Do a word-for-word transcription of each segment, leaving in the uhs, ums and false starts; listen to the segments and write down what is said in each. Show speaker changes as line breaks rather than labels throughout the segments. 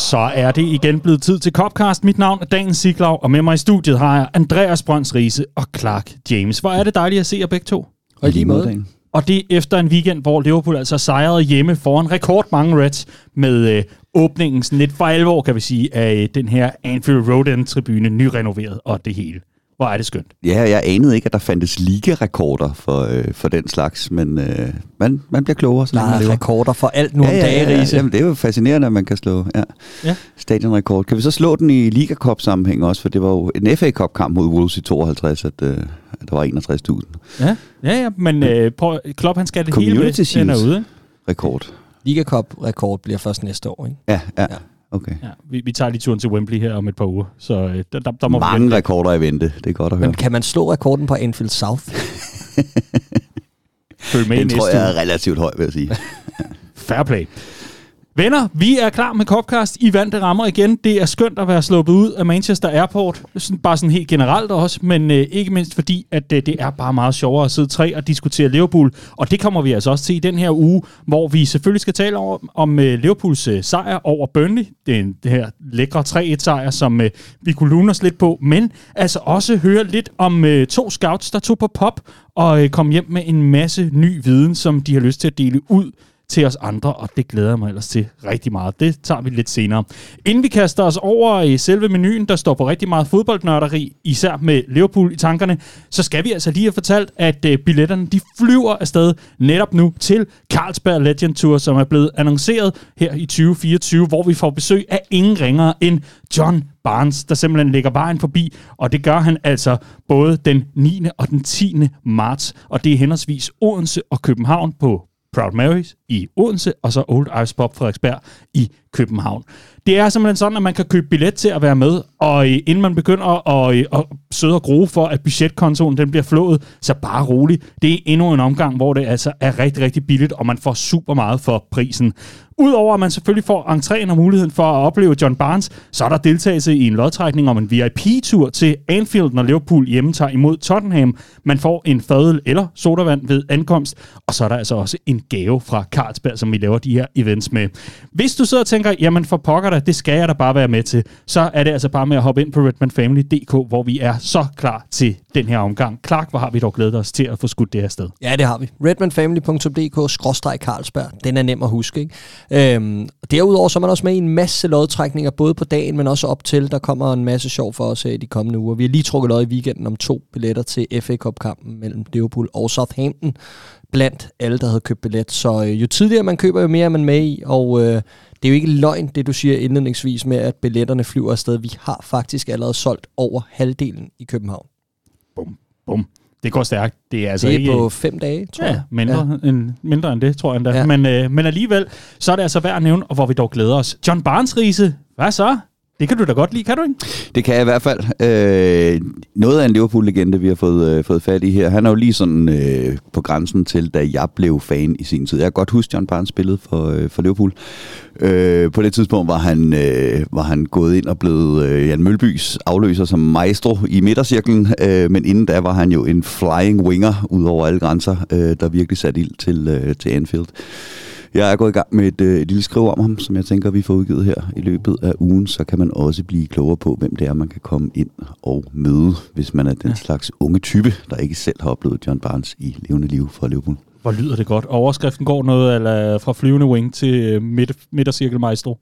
Så er det igen blevet tid til Copcast. Mit navn er Daniel Siglau, og med mig i studiet har jeg Andreas Brøns Riise og Clark James. Hvor er det dejligt at se jer begge to.
Og i lige måde.
Og det efter en weekend, hvor Liverpool altså sejrede hjemme foran rekord mange Reds med øh, åbningen sådan lidt for alvor, kan vi sige, af øh, den her Anfield Road End-tribune, nyrenoveret og det hele. Hvor er det skønt.
Ja, jeg anede ikke, at der fandtes liga-rekorder for, øh, for den slags, men øh, man, man bliver klogere, så længe man lever.
Rekorder for alt nu om
ja, ja,
dagen,
ja,
Riise.
Jamen, det er jo fascinerende, at man kan slå ja. Ja. stadionrekord. Kan vi så slå den i Liga Cup-sammenhæng også? For det var jo en F A Cup-kamp mod Wolves i tooghalvtreds, at, øh, at der var enogtres tusind.
Ja, ja, ja men øh, prøv, Klopp, han skal det hele med, den er ude.
Rekord.
Liga Cup-rekord bliver først næste år, ikke?
Ja, ja. ja. Okay.
Ja, vi, vi tager lige turen til Wembley her om et par uger, så øh, der, der, der må
mange
vi
rekorder i vente, det er godt at høre.
Men kan man slå rekorden på Anfield South?
Følg med.
Den tror jeg er relativt høj, vil jeg sige.
Fair play. Venner, vi er klar med Copcast. I vante rammer igen. Det er skønt at være sluppet ud af Manchester Airport. Bare sådan helt generelt også, men øh, ikke mindst fordi, at øh, det er bare meget sjovere at sidde tre og diskutere Liverpool. Og det kommer vi altså også til i den her uge, hvor vi selvfølgelig skal tale over, om øh, Liverpools øh, sejr over Burnley. Det er en, det her lækre tre et sejr, som øh, vi kunne lune os lidt på. Men altså også høre lidt om øh, to scouts, der tog på pop og øh, kom hjem med en masse ny viden, som de har lyst til at dele ud til os andre, og det glæder jeg mig ellers til rigtig meget. Det tager vi lidt senere. Inden vi kaster os over i selve menuen, der står på rigtig meget fodboldnørderi, især med Liverpool i tankerne, så skal vi altså lige have fortalt, at uh, billetterne de flyver afsted netop nu til Carlsberg Legend Tour, som er blevet annonceret her i tyve fireogtyve, hvor vi får besøg af ingen ringere end John Barnes, der simpelthen lægger vejen forbi, og det gør han altså både den niende og den tiende marts, og det er henholdsvis Odense og København på Proud Marys i Odense, og så Old Irish Pub Frederiksberg i København. Det er simpelthen sådan, at man kan købe billet til at være med, og inden man begynder at, at søde og gro for, at budgetkontoen den bliver flået, så bare roligt. Det er endnu en omgang, hvor det altså er rigtig, rigtig billigt, og man får super meget for prisen. Udover at man selvfølgelig får entréen og muligheden for at opleve John Barnes, så er der deltagelse i en lodtrækning om en V I P-tur til Anfield, når Liverpool hjemme tager imod Tottenham. Man får en fadøl eller sodavand ved ankomst, og så er der altså også en gave fra Carlsberg, som vi laver de her events med. Hvis du sidder og tænker, jamen for pokker da, det skal jeg da bare være med til, så er det altså bare med at hoppe ind på redmanfamily punktum d k, hvor vi er så klar til den her omgang. Clark, hvor har vi dog glædet os til at få skudt det her sted?
Ja, det har vi. redmanfamily punktum d k skråstreg Carlsberg. Den er nem at huske, ikke? Øhm, derudover så er man også med i en masse lodtrækninger, både på dagen, men også op til. Der kommer en masse sjov for os her i de kommende uger. Vi har lige trukket lod i weekenden om to billetter til F A Cup-kampen mellem Liverpool og Southampton, blandt alle, der havde købt billet. Så øh, jo tidligere man køber, jo mere er man med i, og øh, det er jo ikke løgn, det du siger indledningsvis med, at billetterne flyver afsted. Vi har faktisk allerede solgt over halvdelen i København.
Bum, bum. Det går stærkt. Det er, altså
det er
ikke
på fem dage, tror
ja,
jeg.
Mindre, ja. End, mindre end det, tror jeg endda.
Ja.
Men, øh, men alligevel, så er det altså værd at nævne, og hvor vi dog glæder os. John Barnes, Riise, hvad så? Det kan du da godt lide, kan du ikke?
Det kan jeg i hvert fald. Øh, noget af en Liverpool-legende, vi har fået, øh, fået fat i her. Han er jo lige sådan øh, på grænsen til, da jeg blev fan i sin tid. Jeg kan godt huske, John Barnes spillede for, øh, for Liverpool. Øh, på det tidspunkt var han, øh, var han gået ind og blevet øh, Jan Mølbys afløser som maestro i midtercirklen. Øh, men inden da var han jo en flying winger ud over alle grænser, øh, der virkelig satte ild til, øh, til Anfield. Jeg er gået i gang med et, et lille skriv om ham, som jeg tænker, vi får udgivet her i løbet af ugen. Så kan man også blive klogere på, hvem det er, man kan komme ind og møde, hvis man er den ja. slags unge type, der ikke selv har oplevet John Barnes i levende liv for Liverpool.
Hvor lyder det godt. Overskriften går noget eller fra flyvende wing til midt, midtercirkelmaestro.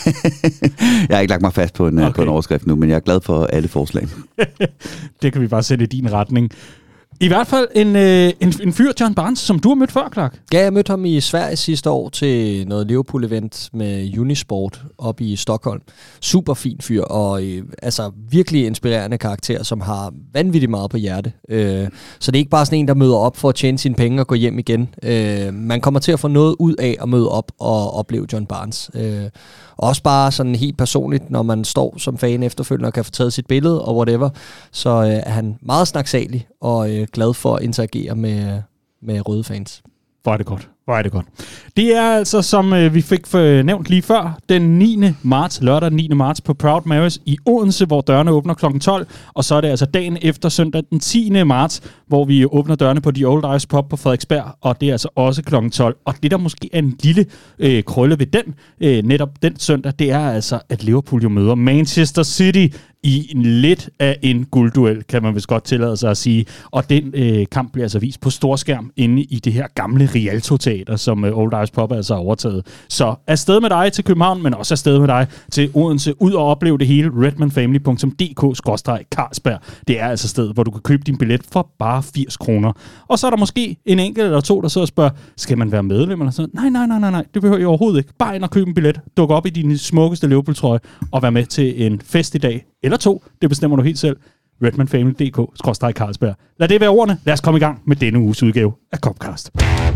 Jeg har ikke lagt mig fast på en, okay. på en overskrift nu, men jeg er glad for alle forslag.
Det kan vi bare sætte i din retning. I hvert fald en, øh, en, en fyr, John Barnes, som du har mødt før, Clark.
Ja, jeg mødte ham i Sverige sidste år til noget Liverpool-event med Unisport oppe i Stockholm. Super fin fyr, og øh, altså virkelig inspirerende karakter, som har vanvittigt meget på hjerte. Øh, så det er ikke bare sådan en, der møder op for at tjene sine penge og gå hjem igen. Øh, man kommer til at få noget ud af at møde op og opleve John Barnes. Øh, også bare sådan helt personligt, når man står som fan efterfølgende og kan få taget sit billede og whatever, så øh, er han meget snaksalig og øh, glad for at interagere med, med røde fans.
Hvor er det godt. Hvor er det godt. Det er altså, som øh, vi fik nævnt lige før, den niende marts, lørdag den niende marts på Proud Marys i Odense, hvor dørene åbner klokken tolv. Og så er det altså dagen efter søndag den tiende marts, hvor vi åbner dørene på The Old Irish Pub på Frederiksberg. Og det er altså også klokken tolv. Og det, der måske er en lille øh, krølle ved den, øh, netop den søndag, det er altså, at Liverpool jo møder Manchester City i en lidt af en guldduel, kan man vist godt tillade sig at sige. Og den øh, kamp bliver altså vist på storskærm inde i det her gamle Rialto-teater, som øh, Old Irish Pub altså har overtaget. Så afsted med dig til København, men også afsted med dig til Odense. Ud og opleve det hele. redmanfamily punktum d k skråstreg Carlsberg. Det er altså stedet, hvor du kan købe din billet for bare firs kroner. Og så er der måske en enkelt eller to, der så spørger, skal man være medlem eller sådan? Nej, nej, nej, nej, nej. Det behøver I overhovedet ikke. Bare ind og købe en billet. Duk op i din smukkeste Liverpool-trøje og vær med til en fest i dag. Eller to, det bestemmer du helt selv. redmanfamily punktum d k skråstreg Carlsberg. Lad det være ordene. Lad os komme i gang med denne uges udgave af Copcast.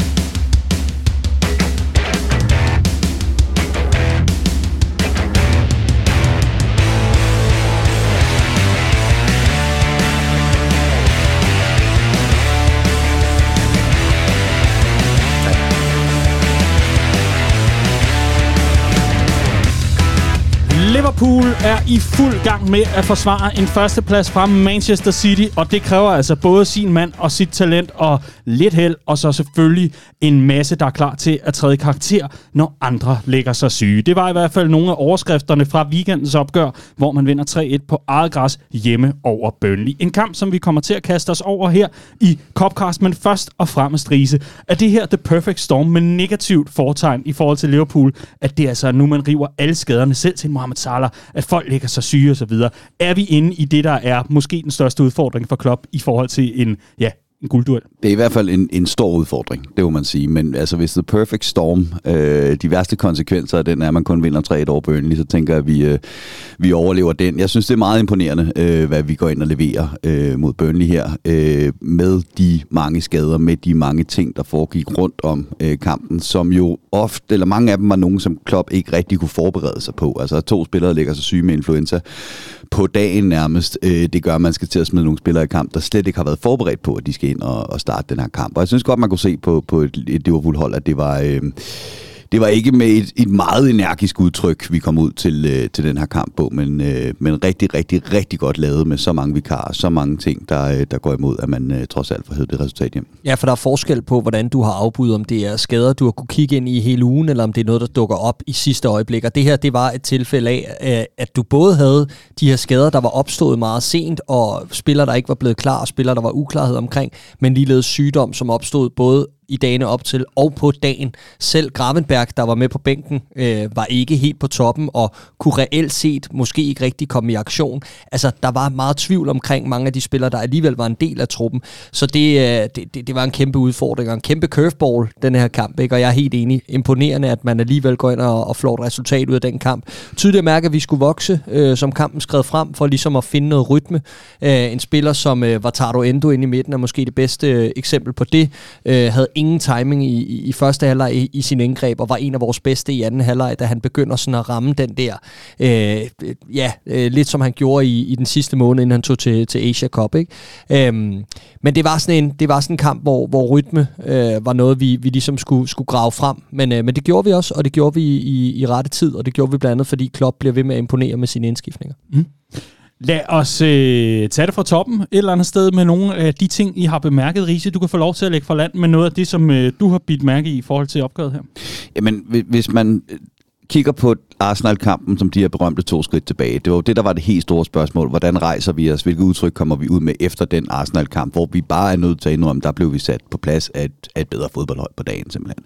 Liverpool er i fuld gang med at forsvare en førsteplads fra Manchester City, og det kræver altså både sin mand og sit talent og lidt held, og så selvfølgelig en masse, der er klar til at træde karakter, når andre lægger sig syge. Det var i hvert fald nogle af overskrifterne fra weekendens opgør, hvor man vinder tre et på eget græs hjemme over Burnley. En kamp, som vi kommer til at kaste os over her i Copcast, men først og fremmest, Riese, er det her the perfect storm med negativt fortegn i forhold til Liverpool, at det altså nu, man river alle skaderne selv til Mohamed Salah, at folk lægger sig syge og så videre. Er vi inde i det, der er måske den største udfordring for Klopp i forhold til en, ja, en guldduel?
Det er i hvert fald en, en stor udfordring, det må man sige. Men altså, hvis the perfect storm, øh, de værste konsekvenser af den er, at man kun vinder tre et over Burnley, så tænker jeg, at vi, øh, vi overlever den. Jeg synes, det er meget imponerende, øh, hvad vi går ind og leverer øh, mod Burnley her, øh, med de mange skader, med de mange ting, der foregik rundt om øh, kampen, som jo ofte, eller mange af dem var nogen, som Klopp ikke rigtig kunne forberede sig på. Altså, to spillere ligger sig syge med influenza på dagen nærmest. Øh, det gør, at man skal til at smide nogle spillere i kamp, der slet ikke har været forberedt på, at de skal ind og, og starte den her kamp. Og jeg synes godt, man kunne se på, på et, et Liverpool-hold, at det var, øh, det var ikke med et, et meget energisk udtryk, vi kom ud til, øh, til den her kamp på, men, øh, men rigtig, rigtig, rigtig godt lavet med så mange vikarer, så mange ting, der, der går imod, at man øh, trods alt får hævet det resultat hjem.
Ja, for der er forskel på, hvordan du har afbud, om det er skader, du har kunne kigge ind i hele ugen, eller om det er noget, der dukker op i sidste øjeblik. Og det her, det var et tilfælde af, at du både havde de her skader, der var opstået meget sent, og spillere, der ikke var blevet klar, og spillere, der var uklarhed omkring, men ligeledes sygdom, som opstod både i dagene op til og på dagen. Selv Gravenberg, der var med på bænken, øh, var ikke helt på toppen og kunne reelt set måske ikke rigtig komme i aktion. Altså, der var meget tvivl omkring mange af de spillere, der alligevel var en del af truppen. Så det, øh, det, det, det var en kæmpe udfordring og en kæmpe curveball, den her kamp, ikke? Og jeg er helt enig. Imponerende, at man alligevel går ind og, og flår et resultat ud af den kamp. Tydeligt at mærke, at vi skulle vokse, øh, som kampen skred frem, for ligesom at finde noget rytme. Øh, en spiller som øh, Wataru Endo inde i midten er måske det bedste øh, eksempel på det. Øh, havde ingen timing i, i, i første halvleg i, i sin indgreb, og var en af vores bedste i anden halvleg, da han begynder sådan at ramme den der, øh, ja, øh, lidt som han gjorde i, i den sidste måned, inden han tog til, til Asia Cup, ikke? Øhm, men det var sådan en, det var sådan en kamp, hvor, hvor rytme øh, var noget, vi, vi ligesom skulle, skulle grave frem, men, øh, men det gjorde vi også, og det gjorde vi i, i rette tid, og det gjorde vi blandt andet, fordi Klopp bliver ved med at imponere med sine indskiftninger. Mm.
Lad os øh, tage det fra toppen et eller andet sted med nogle af de ting, I har bemærket, Riese. Du kan få lov til at lægge fra land med noget af det, som øh, du har bidt mærke i i forhold til opgøret her.
Jamen, hvis man kigger på Arsenal-kampen, som de her berømte to skridt tilbage, det var det, der var det helt store spørgsmål. Hvordan rejser vi os? Hvilket udtryk kommer vi ud med efter den Arsenal-kamp, hvor vi bare er nødt til at indrømme, der blev vi sat på plads af et, af et bedre fodboldhold på dagen, simpelthen.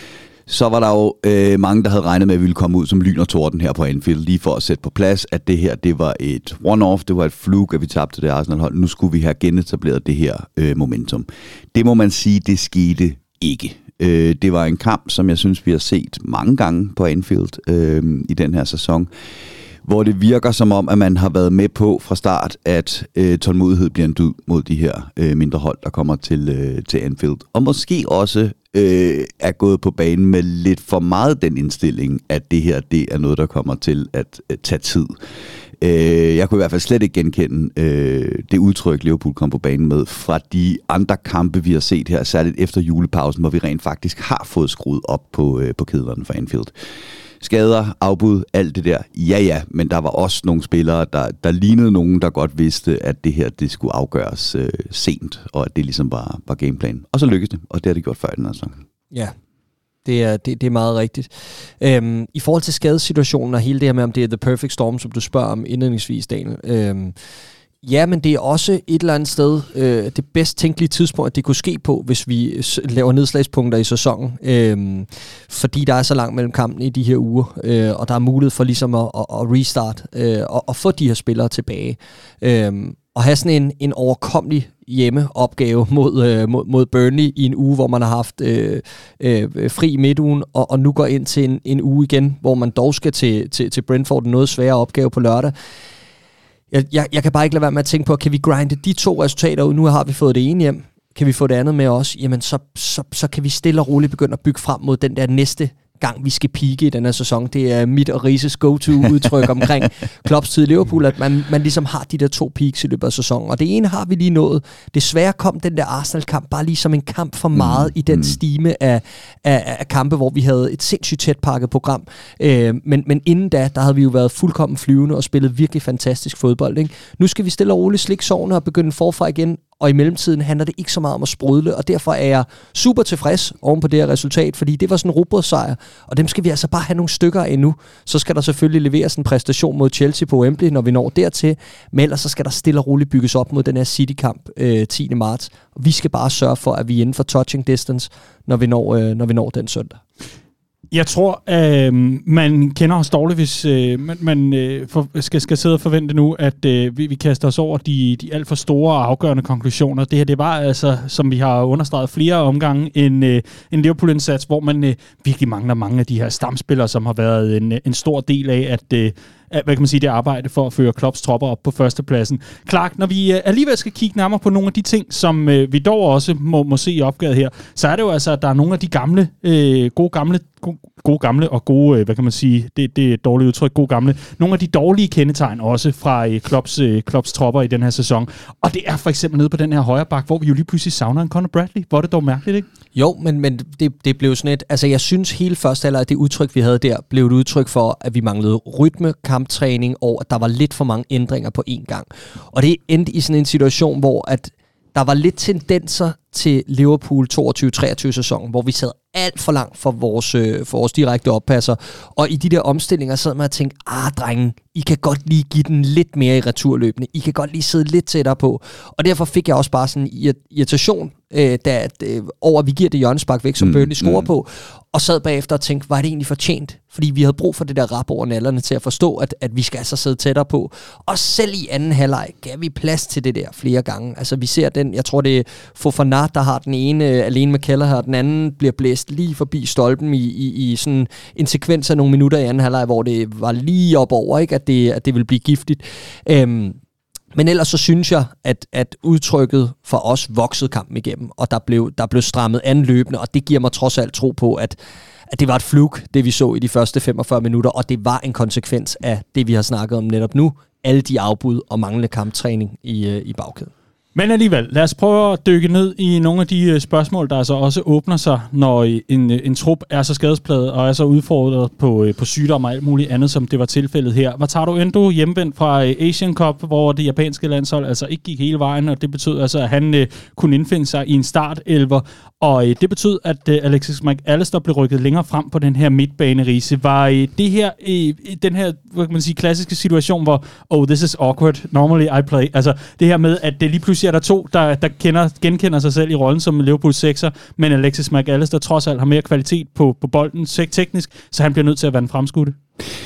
Så var der jo øh, mange, der havde regnet med, at vi ville komme ud som lyn og torden her på Anfield, lige for at sætte på plads, at det her, det var et one-off, det var et fluke, at vi tabte det Arsenal-hold. Nu skulle vi have genetableret det her øh, momentum. Det må man sige, det skete ikke. Øh, det var en kamp, som jeg synes, vi har set mange gange på Anfield øh, i den her sæson, hvor det virker som om, at man har været med på fra start, at øh, tålmodighed bliver en dyd mod de her øh, mindre hold, der kommer til, øh, til Anfield. Og måske også øh, er gået på banen med lidt for meget den indstilling, at det her, det er noget, der kommer til at øh, tage tid. Øh, jeg kunne i hvert fald slet ikke genkende øh, det udtryk, Liverpool kom på banen med, fra de andre kampe, vi har set her, særligt efter julepausen, hvor vi rent faktisk har fået skruet op på, øh, på kedlerne for Anfield. Skader, afbud, alt det der. Ja, ja, men der var også nogle spillere, der, der lignede nogen, der godt vidste, at det her det skulle afgøres øh, sent, og at det ligesom var, var gameplan. Og så lykkedes det, og det har det gjort før i den her sæson.
Ja, det er, det, det er meget rigtigt. Øhm, I forhold til skadesituationen og hele det her med, om det er the perfect storm, som du spørger om indledningsvis, Daniel. Øhm, ja, men det er også et eller andet sted øh, det bedst tænkelige tidspunkt, at det kunne ske på, hvis vi laver nedslagspunkter i sæsonen. Øhm, fordi der er så langt mellem kampene i de her uger, øh, og der er mulighed for ligesom at, at, at restart øh, og, og få de her spillere tilbage. Øhm, og have sådan en, en overkommelig hjemmeopgave mod, øh, mod, mod Burnley i en uge, hvor man har haft øh, øh, fri i midtugen, og, og nu går ind til en, en uge igen, hvor man dog skal til, til, til Brentford, en noget sværere opgave på lørdag. Jeg, jeg, jeg kan bare ikke lade være med at tænke på, kan vi grinde de to resultater ud? Nu har vi fået det ene hjem. Kan vi få det andet med også? Jamen, så, så, så kan vi stille og roligt begynde at bygge frem mod den der næste gang, vi skal peake i den her sæson. Det er mit og Rises go-to-udtryk omkring Klopps tid i Liverpool, at man, man ligesom har de der to peaks i løbet af sæsonen. Og det ene har vi lige nået. Desværre kom den der Arsenal-kamp bare lige som en kamp for meget mm. i den stime af, af, af kampe, hvor vi havde et sindssygt tæt pakket program. Øh, men, men inden da, der havde vi jo været fuldkommen flyvende og spillet virkelig fantastisk fodbold. Ikke? Nu skal vi stille og roligt slikke sårene og begynde forfra igen. Og i mellemtiden handler det ikke så meget om at sprudle, og derfor er jeg super tilfreds oven på det her resultat, fordi det var sådan en robrødssejr, og dem skal vi altså bare have nogle stykker af endnu. Så skal der selvfølgelig leveres en præstation mod Chelsea på Wembley, når vi når dertil, men ellers så skal der stille og roligt bygges op mod den her City-kamp øh, tiende marts. Og vi skal bare sørge for, at vi er inden for touching distance, når vi når, øh, når vi når den søndag.
Jeg tror, øh, man kender os dårligt, hvis øh, man, man øh, for, skal, skal sidde og forvente nu, at øh, vi, vi kaster os over de, de alt for store og afgørende konklusioner. Det her, det var altså, som vi har understreget flere omgange, en, øh, en Liverpool-indsats, hvor man øh, virkelig mangler mange af de her stamspillere, som har været en, en stor del af, at øh, hvad kan man sige, det arbejde for at føre Klopps tropper op på førstepladsen. Clark, når vi alligevel skal kigge nærmere på nogle af de ting, som øh, vi dog også må, må se i opgavet her, så er det jo altså, at der er nogle af de gamle, øh, gode gamle, gode, gode gamle og gode, øh, hvad kan man sige, det, det er et dårligt udtryk, gode gamle, nogle af de dårlige kendetegn også fra øh, Klopps, øh, Klopps tropper i den her sæson. Og det er for eksempel nede på den her højre bak, hvor vi jo lige pludselig savner en Conor Bradley. Hvor er det dog mærkeligt, ikke?
Jo, men, men det, det blev sådan et, altså jeg synes hele første alder, at det udtryk, vi havde der, blev et udtryk for, at vi manglede rytme, kamptræning, og at der var lidt for mange ændringer på én gang. Og det endte i sådan en situation, hvor at der var lidt tendenser til Liverpool toogtyve treogtyve sæsonen, hvor vi sad alt for langt for vores, øh, for vores direkte oppasser. Og i de der omstillinger sad man og tænkte, ah drenge, I kan godt lige give den lidt mere i returløbende. I kan godt lige sidde lidt tættere på. Og derfor fik jeg også bare sådan en irritation øh, da, øh, over, at vi giver det hjørnespark væk, som mm, Burnley scorer mm. på. Og sad bagefter og tænkte, var det egentlig fortjent? Fordi vi havde brug for det der rap over nallerne til at forstå, at, at vi skal altså sidde tættere på. Og selv i anden halvleg gav vi plads til det der flere gange. Altså vi ser den, jeg tror det er Fofana, der har den ene alene med Kelleher, og den anden bliver blæst lige forbi stolpen i, i, i sådan en sekvens af nogle minutter i anden halvleg, hvor det var lige op over, ikke? At, det, at det ville blive giftigt. Øhm, Men ellers så synes jeg, at, at udtrykket for os voksede kampen igennem, og der blev, der blev strammet an løbende, og det giver mig trods alt tro på, at, at det var et fluk, det vi så i de første femogfyrre minutter, og det var en konsekvens af det, vi har snakket om netop nu, alle de afbud og manglende kamptræning i, i bagkæden.
Men alligevel, lad os prøve at dykke ned i nogle af de spørgsmål, der altså også åbner sig, når en, en trup er så skadespladet og er så udfordret på, på sygdom og alt muligt andet, som det var tilfældet her. Wataru Endo hjemvendt fra Asian Cup, hvor det japanske landshold altså ikke gik hele vejen, og det betød altså, at han øh, kunne indfinde sig i en startelver, og øh, det betød, at øh, Alexis McAllister blev rykket længere frem på den her midtbanerise. Var øh, det her, øh, den her, hvad kan man sige, klassiske situation, hvor, oh, this is awkward, normally I play, altså det her med, at det lige pludselig er der to, der, der kender, genkender sig selv i rollen som Liverpool sekser, men Alexis McAllister trods alt har mere kvalitet på, på bolden teknisk, så han bliver nødt til at være den fremskudte.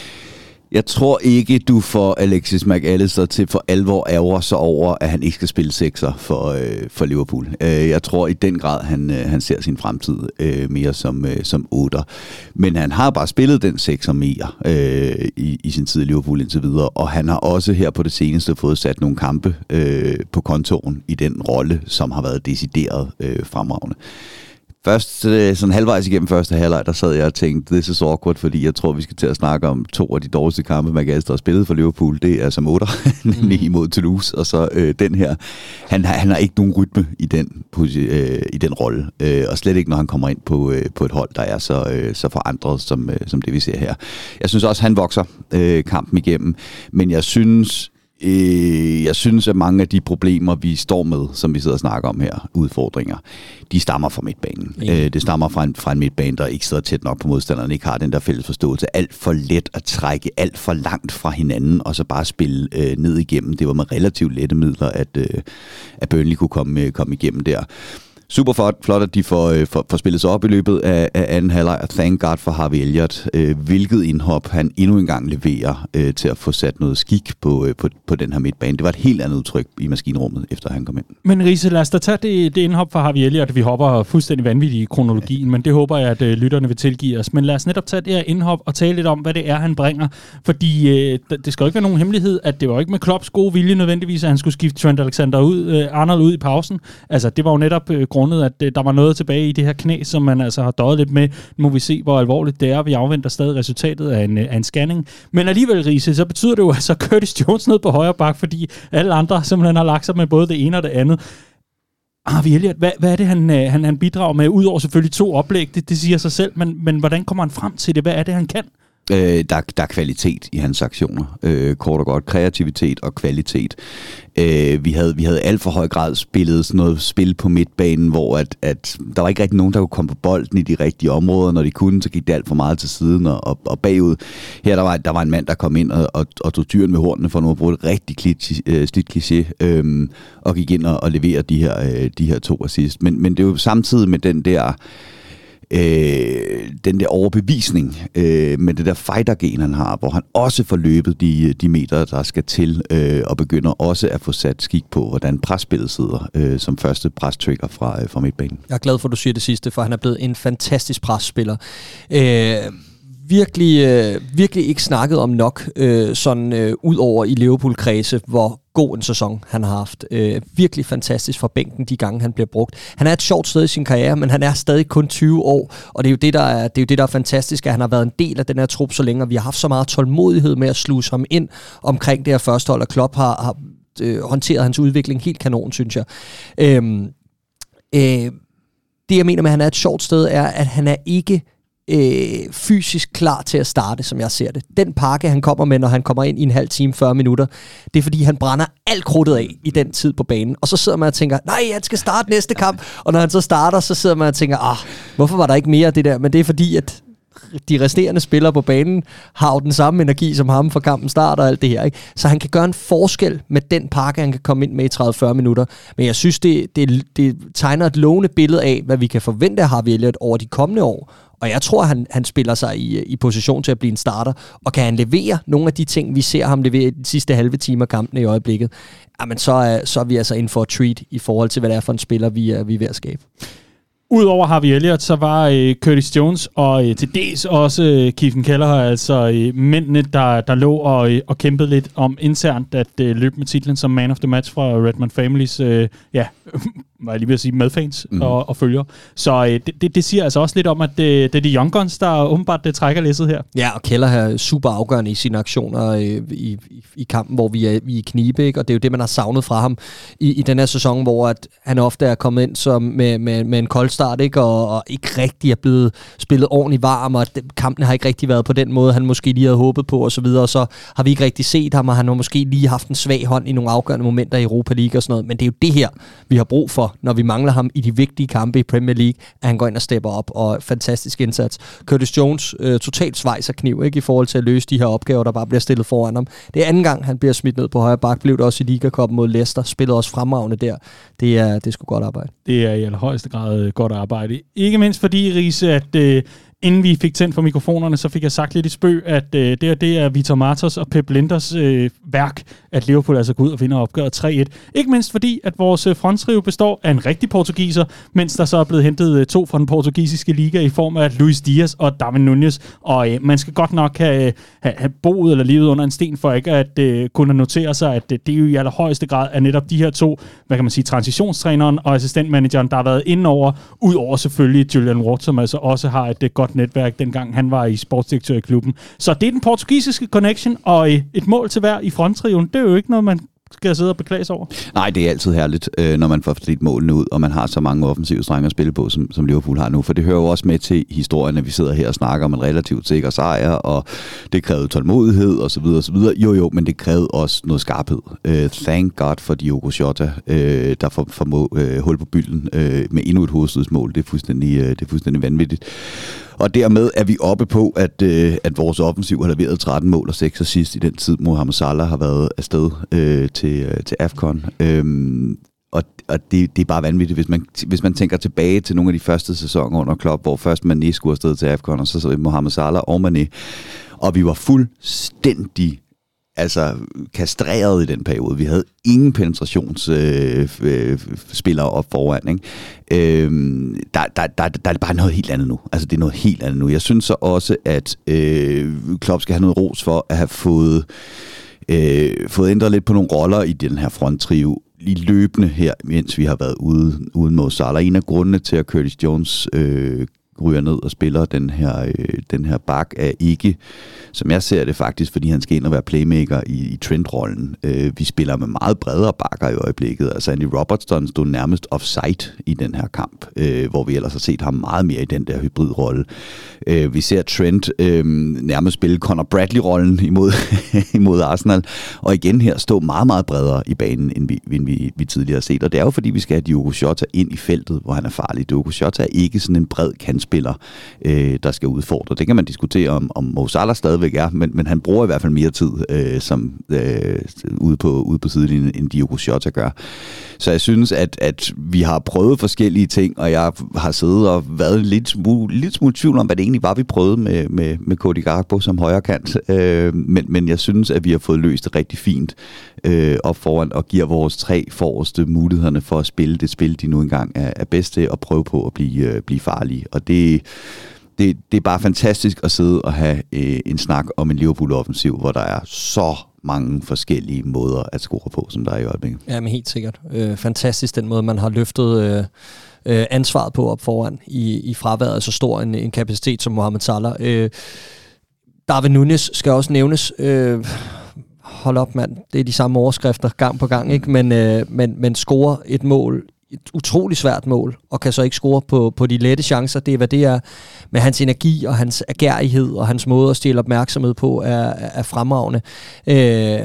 Jeg tror ikke, du får Alexis McAllister til for alvor ærger sig over, at han ikke skal spille sekser for, øh, for Liverpool. Øh, jeg tror i den grad, han, øh, han ser sin fremtid øh, mere som, øh, som otter. Men han har bare spillet den sekser mere øh, i, i sin tid i Liverpool indtil videre, og han har også her på det seneste fået sat nogle kampe øh, på kontoen i den rolle, som har været decideret øh, fremragende. Først sådan halvvejs igennem første halvleg, der sad jeg og tænkte, this is awkward, fordi jeg tror, vi skal til at snakke om to af de dårligste kampe, McAllister har spillet for Liverpool. Det er som otter, nemlig imod Toulouse, og så øh, den her. Han, han har ikke nogen rytme i den, øh, i den rolle, øh, og slet ikke, når han kommer ind på, øh, på et hold, der er så, øh, så forandret, som, øh, som det vi ser her. Jeg synes også, han vokser øh, kampen igennem, men jeg synes... Jeg synes, at mange af de problemer, vi står med, som vi sidder og snakker om her, udfordringer, de stammer fra midtbanen. Ja. Det stammer fra en, fra en midtbane, der ikke sidder tæt nok på modstanderen, ikke har den der fælles forståelse. Alt for let at trække alt for langt fra hinanden, og så bare spille øh, ned igennem. Det var med relativt lette midler, at, øh, at Burnley kunne komme, komme igennem der. Super flot, flot at de får, øh, får, får spillet sig op i løbet af, af anden halvleg, og thank God for Harvey Elliott, øh, hvilket indhop han endnu engang leverer øh, til at få sat noget skik på, øh, på, på den her midtbane. Det var et helt andet udtryk i maskinrummet, efter han kom ind.
Men Riese, lad os da tage det, det indhop for Harvey Elliott. Vi hopper fuldstændig vanvittigt i kronologien, men det håber jeg, at øh, lytterne vil tilgive os. Men lad os netop tage det her indhop og tale lidt om, hvad det er, han bringer. Fordi øh, det skal jo ikke være nogen hemmelighed, at det var ikke med Klopps gode vilje nødvendigvis, at han skulle skifte Trent Alexander ud, øh, Arnold ud i pausen. Altså, det var jo netop øh, grundet, at øh, der var noget tilbage i det her knæ, som man altså har døjet lidt med. Nu må vi se, hvor alvorligt det er. Vi afventer stadig resultatet af en, af en scanning. Men alligevel, Riese, så betyder det jo altså Curtis Jones ned på højre bak, fordi alle andre simpelthen har lagt sig med både det ene og det andet. Harvey Elliott, hvad, hvad er det, han, han, han bidrager med? Udover selvfølgelig to oplæg, det, det siger sig selv, men, men hvordan kommer han frem til det? Hvad er det, han kan?
Øh, der, der er kvalitet i hans aktioner, øh, kort og godt. Kreativitet og kvalitet. Øh, vi havde vi havde alt for høj grad spillet sådan noget spil på midtbanen, hvor at, at der var ikke rigtig nogen, der kunne komme på bolden i de rigtige områder. Når de kunne, så gik det alt for meget til siden og, og, og bagud. Her der var, der var en mand, der kom ind og, og, og tog tyren med hornene for nu at bruge et rigtig kliché, øh, slidt kliché, øh, og gik ind og, og leverede de her, øh, de her to assist. Men, men det er jo samtidig med den der Øh, den der overbevisning øh, med det der fighter-gen, han har, hvor han også får løbet de, de meter, der skal til, øh, og begynder også at få sat skik på, hvordan presspillet sidder øh, som første pres-trigger fra, øh, fra midtbanen.
Jeg er glad for, at du siger det sidste, for han er blevet en fantastisk presspiller. Øh, virkelig, øh, virkelig ikke snakket om nok, øh, sådan øh, ud over i Liverpool-kredse, hvor god en sæson han har haft. Øh, virkelig fantastisk fra bænken de gange, han bliver brugt. Han er et sjovt sted i sin karriere, men han er stadig kun tyve år, og det er jo det, der er, det er, jo det, der er fantastisk, at han har været en del af den her trup så længe, og vi har haft så meget tålmodighed med at sluse ham ind omkring det her førstehold, og Klopp har, har øh, håndteret hans udvikling helt kanon, synes jeg. Øh, øh, det, jeg mener med, at han er et sjovt sted, er, at han er ikke Øh, fysisk klar til at starte, som jeg ser det. Den pakke, han kommer med, når han kommer ind i en halv time, fyrre minutter, det er fordi, han brænder alt krudtet af i den tid på banen. Og så sidder man og tænker, nej, han skal starte næste kamp. Og når han så starter, så sidder man og tænker, ah, hvorfor var der ikke mere af det der? Men det er fordi, at de resterende spillere på banen har jo den samme energi som ham fra kampen start og alt det her, ikke? Så han kan gøre en forskel med den pakke, han kan komme ind med i tredive til fyrre minutter. Men jeg synes, det, det, det tegner et lovende billede af, hvad vi kan forvente af Harvey Elliott over de kommende år. Og jeg tror, han, han spiller sig i, i position til at blive en starter. Og kan han levere nogle af de ting, vi ser ham levere i de sidste halve time af kampen i øjeblikket, jamen så er, så er vi altså inden for et treat i forhold til, hvad det er for en spiller, vi er, vi er ved at skabe.
Udover Harvey Elliott, så var øh, Curtis Jones og øh, til dels også øh, Kiefer Keller, altså øh, mændene, der, der lå og, øh, og kæmpede lidt om internt at øh, løbe med titlen som Man of the Match fra Redmond Families, øh, ja, var jeg lige ved at sige, medfans mm. og, og følger. Så øh, det, det, det siger altså også lidt om, at det, det er de Young Guns, der åbenbart det trækker læsset her.
Ja, og Keller er super afgørende i sine aktioner øh, i, i, i kampen, hvor vi er, vi er i knibe, ikke? Og det er jo det, man har savnet fra ham i, i den her sæson, hvor at han ofte er kommet ind som med, med, med en kold start, ikke? Og, og ikke rigtig er blevet spillet ordentligt varm, og kampen har ikke rigtig været på den måde, han måske lige havde håbet på, og så videre, og så har vi ikke rigtig set ham, og han har måske lige haft en svag hånd i nogle afgørende momenter i Europa League og sådan noget, men det er jo det her, vi har brug for, når vi mangler ham i de vigtige kampe i Premier League, at han går ind og stepper op, og fantastisk indsats. Curtis Jones, øh, totalt svejserkniv, ikke, i forhold til at løse de her opgaver, der bare bliver stillet foran ham. Det er anden gang, han bliver smidt ned på højre bak, blev det også i Liga Cup mod Leicester, spillede også fremragende der. Det er, det er sgu godt arbejde.
Det er i allerhøjeste grad godt arbejde. Ikke mindst fordi, Riese, at øh, inden vi fik tændt for mikrofonerne, så fik jeg sagt lidt i spøg, at øh, det, det er Vitor Martos og Pep Linders øh, værk, at Liverpool altså går ud og vinder opgøret tre et. Ikke mindst fordi, at vores fronttrio består af en rigtig portugiser, mens der så er blevet hentet to fra den portugisiske liga i form af Luis Diaz og Darwin Núñez. Og øh, man skal godt nok have, have, have boet eller levet under en sten for ikke at øh, kunne notere sig, at øh, det er jo i allerhøjeste grad af netop de her to, hvad kan man sige, transitionstræneren og assistentmanageren, der har været inde over, ud over selvfølgelig Julian Ward, som altså også har et, et godt netværk, dengang han var i sportsdirektør i klubben. Så det er den portugisiske connection, og øh, et mål til hver i fronttrioen, det er jo ikke noget, man skal sidde og beklage sig over.
Nej, det er altid herligt, øh, når man får fordelt målene ud, og man har så mange offensive strenge at spille på, som, som Liverpool har nu. For det hører jo også med til historien, at vi sidder her og snakker om en relativt sikker sejr, og det krævede tålmodighed osv. osv. Jo jo, men det krævede også noget skarphed. Uh, thank God for Diogo Jota, uh, der får, får uh, hul på bylden uh, med endnu et hovedstødsmål. Det er fuldstændig, uh, det er fuldstændig vanvittigt. Og dermed er vi oppe på, at, øh, at vores offensiv har leveret tretten mål og seks assist i den tid, Mohamed Salah har været afsted øh, til, øh, til AFCON. Øhm, og og det, det er bare vanvittigt, hvis man, hvis man tænker tilbage til nogle af de første sæsoner under Klopp, hvor først Mané skulle afsted til AFCON, og så så Mohamed Salah og Mané. Og vi var fuldstændig altså kastreret i den periode. Vi havde ingen penetrationsspillere øh, op foran. Ikke? Øhm, der, der, der, der er det bare noget helt andet nu. Altså det er noget helt andet nu. Jeg synes så også, at øh, Klopp skal have noget ros for at have fået, øh, fået ændret lidt på nogle roller i den her fronttrio i løbende her, mens vi har været ude, uden mod Salah. En af grundene til, at Curtis Jones øh, ryger ned og spiller den her, øh, den her bak, er ikke, som jeg ser det faktisk, fordi han skal ind og være playmaker i, i Trent-rollen. Øh, vi spiller med meget bredere bakker i øjeblikket. Altså Andy Robertson stod nærmest offside i den her kamp, øh, hvor vi ellers har set ham meget mere i den der hybridrolle. Øh, vi ser Trent øh, nærmest spille Conor Bradley-rollen imod, imod Arsenal, og igen her stå meget, meget bredere i banen, end vi, end vi, vi tidligere har set. Og det er jo fordi, vi skal have Diogo Jota ind i feltet, hvor han er farlig. Diogo Jota er ikke sådan en bred kantspiller, øh, der skal udfordre. Det kan man diskutere om, om Mo Salah stadigvæk er, men, men han bruger i hvert fald mere tid øh, som, øh, ude, på, ude på sidelinjen, end Diogo Jota gør. Så jeg synes, at, at vi har prøvet forskellige ting, og jeg har siddet og været lidt smule, lidt smule tvivl om, hvad det egentlig var, vi prøvede med, med, med Cody Gakpo som højre kant. Øh, men, men jeg synes, at vi har fået løst det rigtig fint øh, op foran, og giver vores tre forreste mulighederne for at spille det spil, de nu engang er, er bedst til, og prøve på at blive, øh, blive farlige. Og det Det, det er bare fantastisk at sidde og have øh, en snak om en Liverpool-offensiv, hvor der er så mange forskellige måder at score på, som der er i øjeblikket.
Ja, men helt sikkert. Øh, fantastisk den måde, man har løftet øh, øh, ansvaret på op foran i, i fraværet af så stor en, en kapacitet som Mohamed Salah. Øh, Darwin Núñez skal også nævnes. Øh, hold op, mand. Det er de samme overskrifter gang på gang, ikke? Men, øh, men, men score et mål, et utroligt svært mål, og kan så ikke score på, på de lette chancer. Det er, hvad det er. Med hans energi og hans agerighed og hans måde at stille opmærksomhed på er, er fremragende. Øh,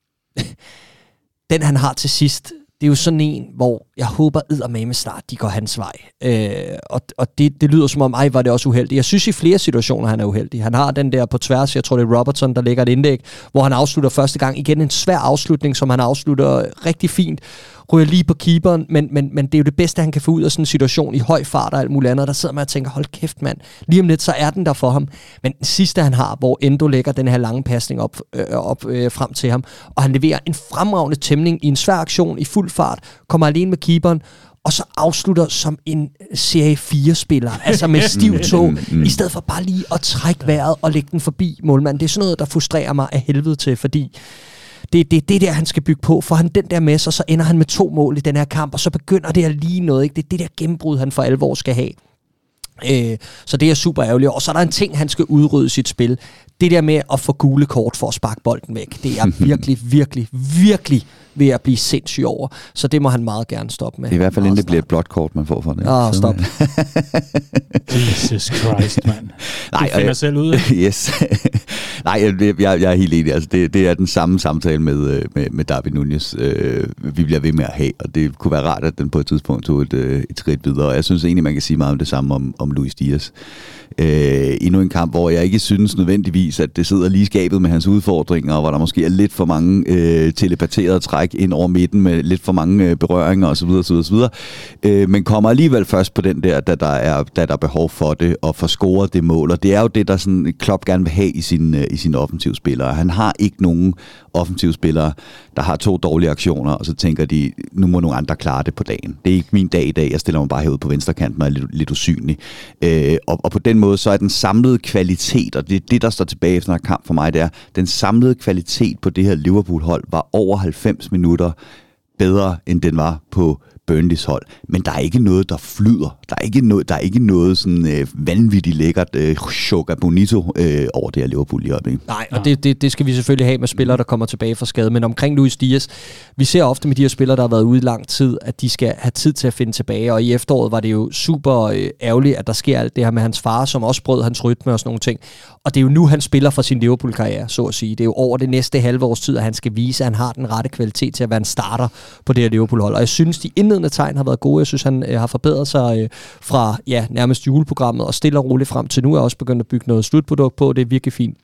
den han har til sidst, det er jo sådan en, hvor jeg håber eddermame snart, de går hans vej. Øh, og og det, det lyder som om, ej, var det også uheldigt. Jeg synes i flere situationer, han er uheldig. Han har den der på tværs, jeg tror det er Robertson, der lægger et indlæg, hvor han afslutter første gang. Igen en svær afslutning, som han afslutter rigtig fint. Ryger lige på keeperen, men, men, men det er jo det bedste, han kan få ud af sådan en situation i høj fart og alt muligt andet. Der sidder man og tænker, hold kæft mand, lige om lidt, så er den der for ham. Men den sidste, han har, hvor Endo lægger den her lange pasning op, øh, op øh, frem til ham, og han leverer en fremragende tæmning i en svær aktion i fuld fart, kommer alene med keeperen, og så afslutter som en serie fire-spiller, altså med stiv tog, i stedet for bare lige at trække vejret og lægge den forbi målmanden. Det er sådan noget, der frustrerer mig af helvede til, fordi det er det, det der, han skal bygge på. For han den der med sig, så ender han med to mål i den her kamp, og så begynder det at lige noget. Ikke? Det er det der gennembrud, han for alvor skal have. Øh, så det er super ærgerligt. Og så er der en ting, han skal udrydde sit spil. Det der med at få gule kort for at sparke bolden væk, det er virkelig, virkelig, virkelig ved at blive sindssyg over. Så det må han meget gerne stoppe med.
I hvert fald inden det bliver et blåt kort, man får for det.
Åh, oh, stop.
Jesus Christ, mand. Du finder jeg, selv ud.
Yes. Nej, jeg, jeg, jeg er helt enig. Altså, det, det er den samme samtale med, med, med Darwin Núñez, øh, vi bliver ved med at have, og det kunne være rart, at den på et tidspunkt tog et, et skridt videre. Og jeg synes egentlig, man kan sige meget om det samme om, om Luis Diaz. Øh, endnu en kamp, hvor jeg ikke synes nødvendigvis, at det sidder lige skabet med hans udfordringer, og hvor der måske er lidt for mange øh, telepaterede træk ind over midten med lidt for mange øh, berøringer osv. osv., osv. Øh, men kommer alligevel først på den der, da der er, da der er behov for det, og får scoret det mål. Og det er jo det, der sådan, Klopp gerne vil have i sin, øh, i sine offensive spillere. Han har ikke nogen offensive spillere, der har to dårlige aktioner, og så tænker de, nu må nogle andre klare det på dagen. Det er ikke min dag i dag, jeg stiller mig bare herude på venstrekanten og er lidt, lidt usynlig. Øh, og, og på den måde, så er den samlede kvalitet, og det er det, der står tilbage efter en kamp for mig, det er, den samlede kvalitet på det her Liverpool-hold var over halvfems minutter bedre, end den var på Burnleys hold. Men der er ikke noget, der flyder. Der er ikke noget, der er ikke noget sådan øh, vanvittigt lækkert øh, choca bonito øh, over det her Liverpool i øjeblikket.
Nej, og det, det, det skal vi selvfølgelig have med spillere, der kommer tilbage fra skade. Men omkring Luis Diaz, vi ser ofte med de her spillere, der har været ude i lang tid, at de skal have tid til at finde tilbage. Og i efteråret var det jo super øh, ærgerligt, at der sker alt det her med hans far, som også brød hans rytme og sådan nogle ting. Og det er jo nu, han spiller for sin Liverpool-karriere, så at sige. Det er jo over det næste halve års tid, at han skal vise, at han har den rette kvalitet til at være en starter på det her Liverpool-hold. Og jeg synes, de indledende tegn har været gode. Jeg synes, han øh, har forbedret sig øh, fra ja, nærmest juleprogrammet og stille og roligt frem til nu. Er også begyndt at bygge noget slutprodukt på. Det er virkelig fint.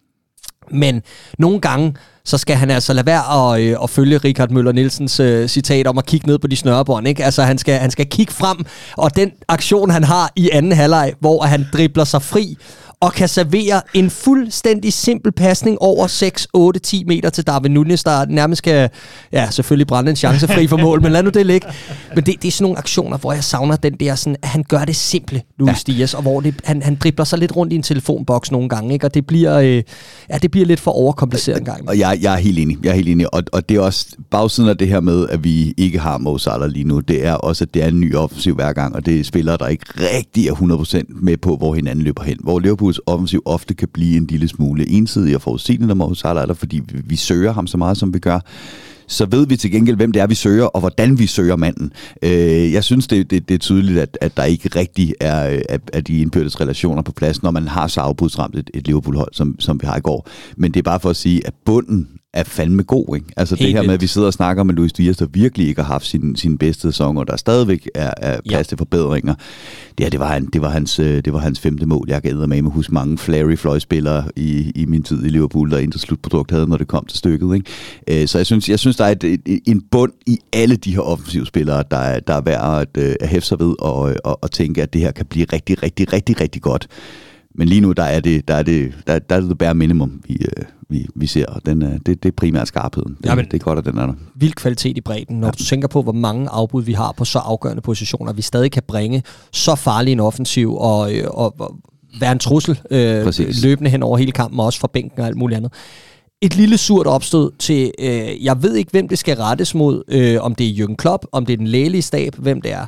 Men nogle gange, så skal han altså lade være at, øh, at følge Richard Møller Nielsens øh, citat om at kigge ned på de snørebånd, ikke? Altså, han skal, han skal kigge frem, og den aktion, han har i anden halvleg, hvor han dribler sig fri, og kan servere en fuldstændig simpel pasning over seks, otte, ti meter til Darwin Núñez, der nærmest kan, ja, selvfølgelig brænde en chance fri for mål, men lad nu det ligge. Men det, det er sådan nogle aktioner, hvor jeg savner den der, sådan, at han gør det simple, Luis ja. Diaz, og hvor det, han, han dribler sig lidt rundt i en telefonboks nogle gange, ikke? Og det bliver, øh, ja, det bliver lidt for overkompliceret en gang.
Og jeg, jeg er helt enig, jeg er helt enig, og, og det er også bagsiden af det her med, at vi ikke har Mo Salah lige nu, det er også, at det er en ny offensiv hver gang, og det er spillere, der ikke rigtig er hundrede procent med på, hvor hinanden løber hen, hvor Liverpool offensiv ofte kan blive en lille smule ensidig og forudsigende, når Mo Salah er der, fordi vi, vi søger ham så meget, som vi gør. Så ved vi til gengæld, hvem det er, vi søger, og hvordan vi søger manden. Øh, jeg synes, det, det, det er tydeligt, at, at der ikke rigtig er at, at de indbyrdes relationer på plads, når man har så afbudsramt et, et Liverpool-hold, som, som vi har i går. Men det er bare for at sige, at bunden er fandme god, ikke? Altså helt det her med, at vi sidder og snakker med Luis Diaz, der virkelig ikke har haft sin, sin bedste sæson, og der stadigvæk er, er plads til forbedringer. Det her, det var, han, det var, hans, det var hans femte mål. Jeg gad med at huske mange Flary-fløjspillere i, i min tid i Liverpool, der intet slutprodukt havde, når det kom til stykket, ikke? Så jeg synes, jeg synes der er et, et, en bund i alle de her offensive spillere, der er, der er værd at, at hæfte sig ved og, og, og tænke, at det her kan blive rigtig, rigtig, rigtig, rigtig godt. Men lige nu, der er det, der er det, der, der er det bare minimum, vi, vi, vi ser. Og den, det, det er primært skarpheden. Det,
Jamen,
det er godt, at den er der.
Vild kvalitet i bredden. Når ja. du tænker på, hvor mange afbud vi har på så afgørende positioner, vi stadig kan bringe så farlig en offensiv og, og, og være en trussel øh, løbende hen over hele kampen, og også fra bænken og alt muligt andet. Et lille surt opstød til, øh, jeg ved ikke, hvem det skal rettes mod, øh, om det er Jürgen Klopp, om det er den lægelige stab, hvem det er.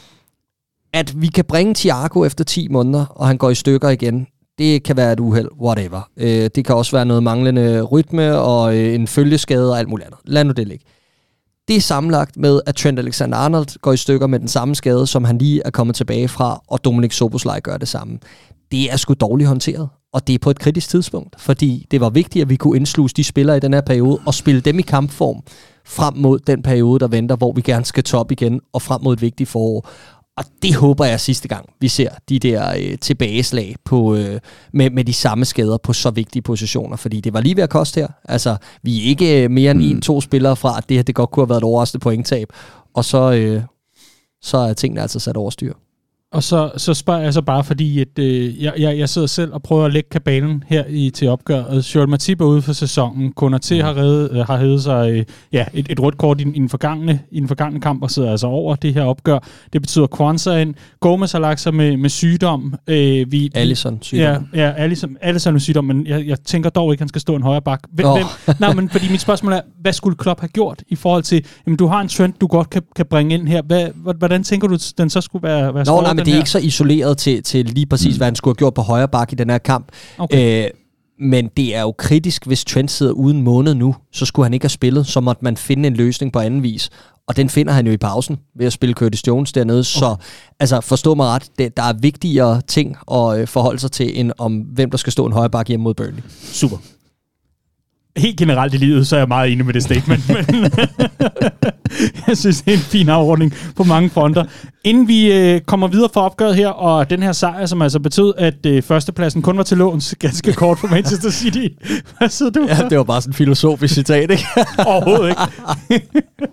At vi kan bringe Thiago efter ti måneder, og han går i stykker igen, det kan være et uheld, whatever. Øh, det kan også være noget manglende rytme og øh, en følgeskade og alt muligt andet. Lad nu det ligge. Det er sammenlagt med, at Trent Alexander-Arnold går i stykker med den samme skade, som han lige er kommet tilbage fra, og Dominik Szoboszlai gør det samme. Det er sgu dårligt håndteret, og det er på et kritisk tidspunkt, fordi det var vigtigt, at vi kunne indsluse de spillere i den her periode, og spille dem i kampform frem mod den periode, der venter, hvor vi gerne skal toppe igen, og frem mod et vigtigt forår. Og det håber jeg sidste gang, vi ser de der øh, tilbageslag på, øh, med, med de samme skader på så vigtige positioner. Fordi det var lige ved at koste her. Altså, vi er ikke mere end mm. en, to spillere fra, at det her det godt kunne have været et overraskende pointtab. Og så, øh, så er tingene altså sat over styr.
Og så, så spørger jeg så bare, fordi at, øh, jeg, jeg, jeg sidder selv og prøver at lægge kabalen her i, til opgøret. Joel Matip er ude for sæsonen. Konaté mm. har, reddet, øh, har hævet sig øh, ja, et, et rødt kort i, i, den forgangne, i den forgangne kamp og sidder altså over det her opgør. Det betyder Kwanza ind. Gomez har lagt sig med, med sygdom. Øh, vi,
Alisson sygdom.
Ja, ja Alisson, Alisson med sygdom, men jeg, jeg tænker dog ikke, han skal stå en højre bak. Hvem, oh. hvem, nej, men fordi mit spørgsmål er, hvad skulle Klopp have gjort i forhold til, jamen du har en Trent, du godt kan, kan bringe ind her. Hvad, hvordan tænker du, den så skulle være, være
Nå, nej, men det er her? Ikke så isoleret til, til lige præcis, mm. hvad han skulle have gjort på højre bak i den her kamp. Okay. Øh, men det er jo kritisk, hvis Trent sidder uden måned nu, så skulle han ikke have spillet, så måtte man finde en løsning på anden vis. Og den finder han jo i pausen ved at spille Curtis Jones dernede. Okay. Så altså, forstå mig ret, det, der er vigtigere ting at øh, forholde sig til, end om hvem der skal stå en højre bak hjemme mod Burnley.
Super. Helt generelt i livet, så er jeg meget enig med det statement. Men Jeg synes, det er en fin afordning på mange fronter. Inden vi øh, kommer videre fra opgøret her, og den her sejr, som altså betød, at øh, førstepladsen kun var til låns ganske kort for Manchester City. Hvad sidder du for?
Ja, det var bare sådan en filosofisk citat, ikke?
Overhovedet ikke.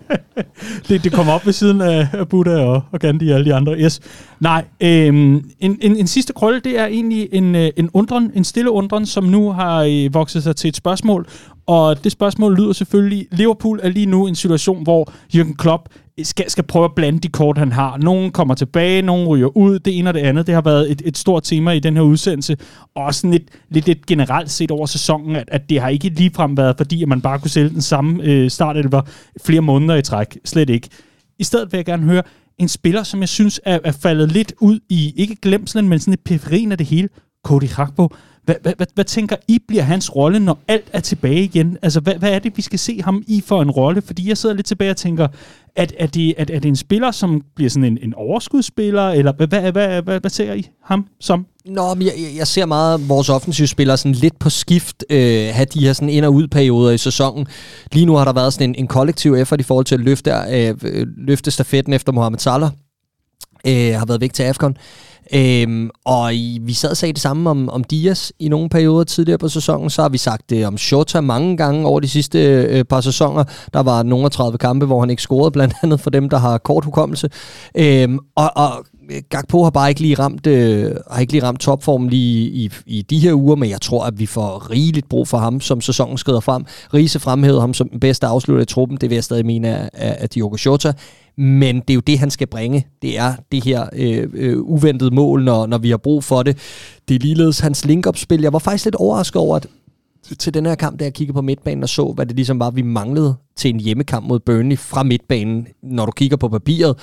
det, det kommer op ved siden af, af Buddha og, og Gandhi og alle de andre. Yes. Nej, øh, en, en, en sidste krølle, det er egentlig en, en undren, en stille undren, som nu har øh, vokset sig til et spørgsmål. Og det spørgsmål lyder selvfølgelig, Liverpool er lige nu en situation, hvor Jürgen Klopp skal, skal prøve at blande de kort, han har. Nogen kommer tilbage, nogen ryger ud, det ene og det andet. Det har været et, et stort tema i den her udsendelse. Og også lidt, lidt, lidt generelt set over sæsonen, at, at det har ikke ligefrem været, fordi at man bare kunne sælge den samme øh, start, eller var flere måneder i træk. Slet ikke. I stedet vil jeg gerne høre en spiller, som jeg synes er, er faldet lidt ud i, ikke glemslen, men sådan et periferien af det hele, Cody Gakpo. Hvad, hvad, hvad, hvad tænker I bliver hans rolle, når alt er tilbage igen? Altså, hvad, hvad er det, vi skal se ham i for en rolle? Fordi jeg sidder lidt tilbage og tænker, at, at, det, at, er det en spiller, som bliver sådan en, en overskudsspiller, eller hvad, hvad, hvad, hvad, hvad ser I ham som?
Nå, men jeg, jeg ser meget vores offensivspillere sådan lidt på skift, øh, have de her sådan ind- og ud-perioder i sæsonen. Lige nu har der været sådan en, en kollektiv effort i forhold til at løfte, øh, løfte stafetten efter Mohamed Salah. Øh, har været væk til AFCON. Øhm, og i, vi sad og sagde det samme om, om Diaz i nogle perioder tidligere på sæsonen. Så har vi sagt det om Shota mange gange over de sidste øh, par sæsoner. Der var nogle tredive kampe, hvor han ikke scorede, blandt andet for dem, der har kort hukommelse. Øhm, og, og Gakpo har bare ikke lige ramt, øh, har ikke lige ramt topformen lige i, i de her uger, men jeg tror, at vi får rigeligt brug for ham, som sæsonen skrider frem. Riise fremhævede ham som den bedste afslutter i truppen. Det vil jeg stadig mene af, af, af Diogo Jota. Men det er jo det, han skal bringe. Det er det her øh, øh, uventede mål, når, når vi har brug for det. Det er ligeledes hans link-up-spil. Jeg var faktisk lidt overrasket over, at til den her kamp, da jeg kiggede på midtbanen og så, hvad det ligesom var, vi manglede til en hjemmekamp mod Burnley fra midtbanen, når du kigger på papiret.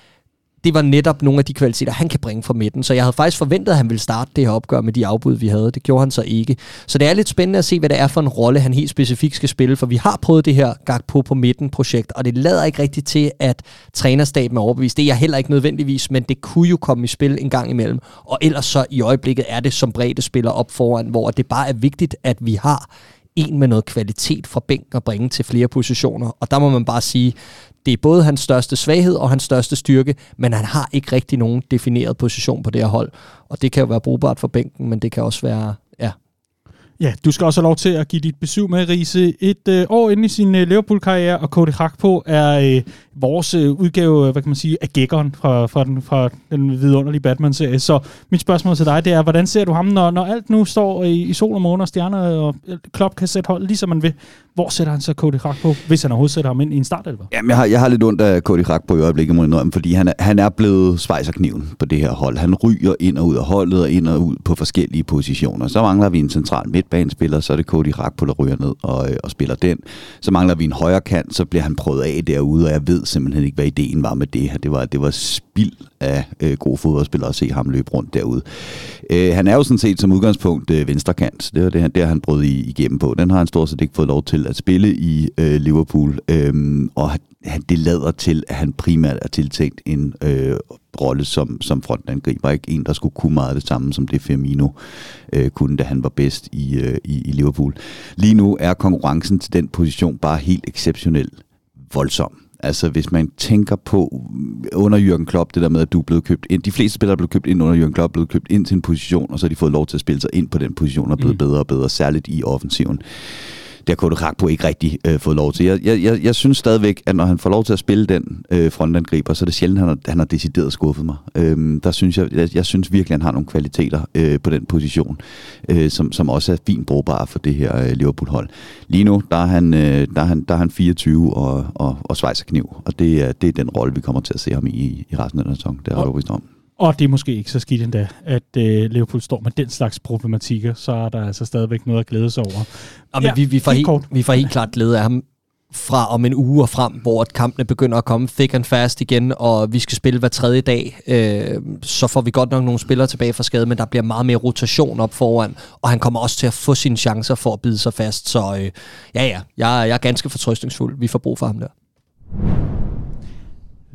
Det var netop nogle af de kvaliteter, han kan bringe fra midten. Så jeg havde faktisk forventet, at han ville starte det her opgør med de afbud, vi havde. Det gjorde han så ikke. Så det er lidt spændende at se, hvad det er for en rolle, han helt specifikt skal spille. For vi har prøvet det her Gakpo på midten-projekt, og det lader ikke rigtigt til, at trænerstaben er overbevist. Det er jeg heller ikke nødvendigvis, men det kunne jo komme i spil en gang imellem. Og ellers så i øjeblikket er det som bredde spiller op foran, hvor det bare er vigtigt, at vi har en med noget kvalitet fra bænken at bringe til flere positioner. Og der må man bare sige, det er både hans største svaghed og hans største styrke, men han har ikke rigtig nogen defineret position på det her hold. Og det kan jo være brugbart for bænken, men det kan også være, ja.
Ja, du skal også have lov til at give dit besøg med, Riise. Et øh, år inde i sin øh, Liverpool-karriere, og Cody Gakpo er øh, vores øh, udgave, hvad kan man sige, af gækkeren fra, fra, den, fra den vidunderlige Batman-serie. Så mit spørgsmål til dig, det er, hvordan ser du ham, når, når alt nu står i, i sol og måne og stjerner, og Klopp kan sætte hold lige som man vil? Hvor sætter han så Cody Gakpo, hvis han overhovedet sætter ham ind i en startelver? Jamen,
jeg har, jeg har lidt ondt af Cody Gakpo i øjeblikket, må jeg indrømme, fordi han er, han er blevet svejserkniven på det her hold. Han ryger ind og ud af holdet, og ind og ud på forskellige positioner. Så mangler vi en central midtbanespiller, så er det Cody Gakpo, der ryger ned og, og spiller den. Så mangler vi en højre kant, så bliver han prøvet af derude, og jeg ved simpelthen ikke, hvad ideen var med det her. Det var, det var spild af øh, gode fodboldspillere at se ham løbe rundt derude. Øh, han er jo sådan set som udgangspunkt øh, venstrekant. Det var det, han, der han brød igennem på. Den har han stort set ikke fået lov til at spille i øh, Liverpool. Øhm, og han, det lader til, at han primært er tiltænkt en øh, rolle som, som frontangriber. Ikke en, der skulle kunne meget det samme, som det Firmino øh, kunne, da han var bedst i, øh, i, i Liverpool. Lige nu er konkurrencen til den position bare helt exceptionelt voldsom. Altså, hvis man tænker på under Jürgen Klopp, det der med, at du er blevet købt ind. De fleste spillere er blevet købt ind under Jürgen Klopp, er blevet købt ind til en position, og så har de fået lov til at spille sig ind på den position, og er blevet mm. bedre og bedre, særligt i offensiven. Det har Cody Gakpo ikke rigtig øh, fået lov til. Jeg, jeg, jeg synes stadigvæk, at når han får lov til at spille den øh, frontangriber, så er det sjældent, han har, han har decideret skuffet mig. Øhm, der synes jeg, jeg, jeg synes virkelig, han har nogle kvaliteter øh, på den position, øh, som, som også er fint brugbare for det her øh, Liverpool-hold. Lige nu, der er han, øh, der er han, der er han fireogtyve og, og, og svejserkniv, og det er, det er den rolle, vi kommer til at se ham i, i resten af den sæson. Det er jeg overbevist om.
Og det er måske ikke så skidt endda, at øh, Liverpool står med den slags problematikker, så er der altså stadigvæk noget at glæde sig over.
Ja, men ja, vi, vi, får helt, vi får helt klart glæde af ham fra om en uge og frem, hvor kampene begynder at komme thick and fast igen, og vi skal spille hver tredje dag. Øh, så får vi godt nok nogle spillere tilbage fra skade, men der bliver meget mere rotation op foran, og han kommer også til at få sine chancer for at bide sig fast. Så øh, ja, ja, jeg, jeg er ganske fortrøstningsfuld. Vi får brug for ham der.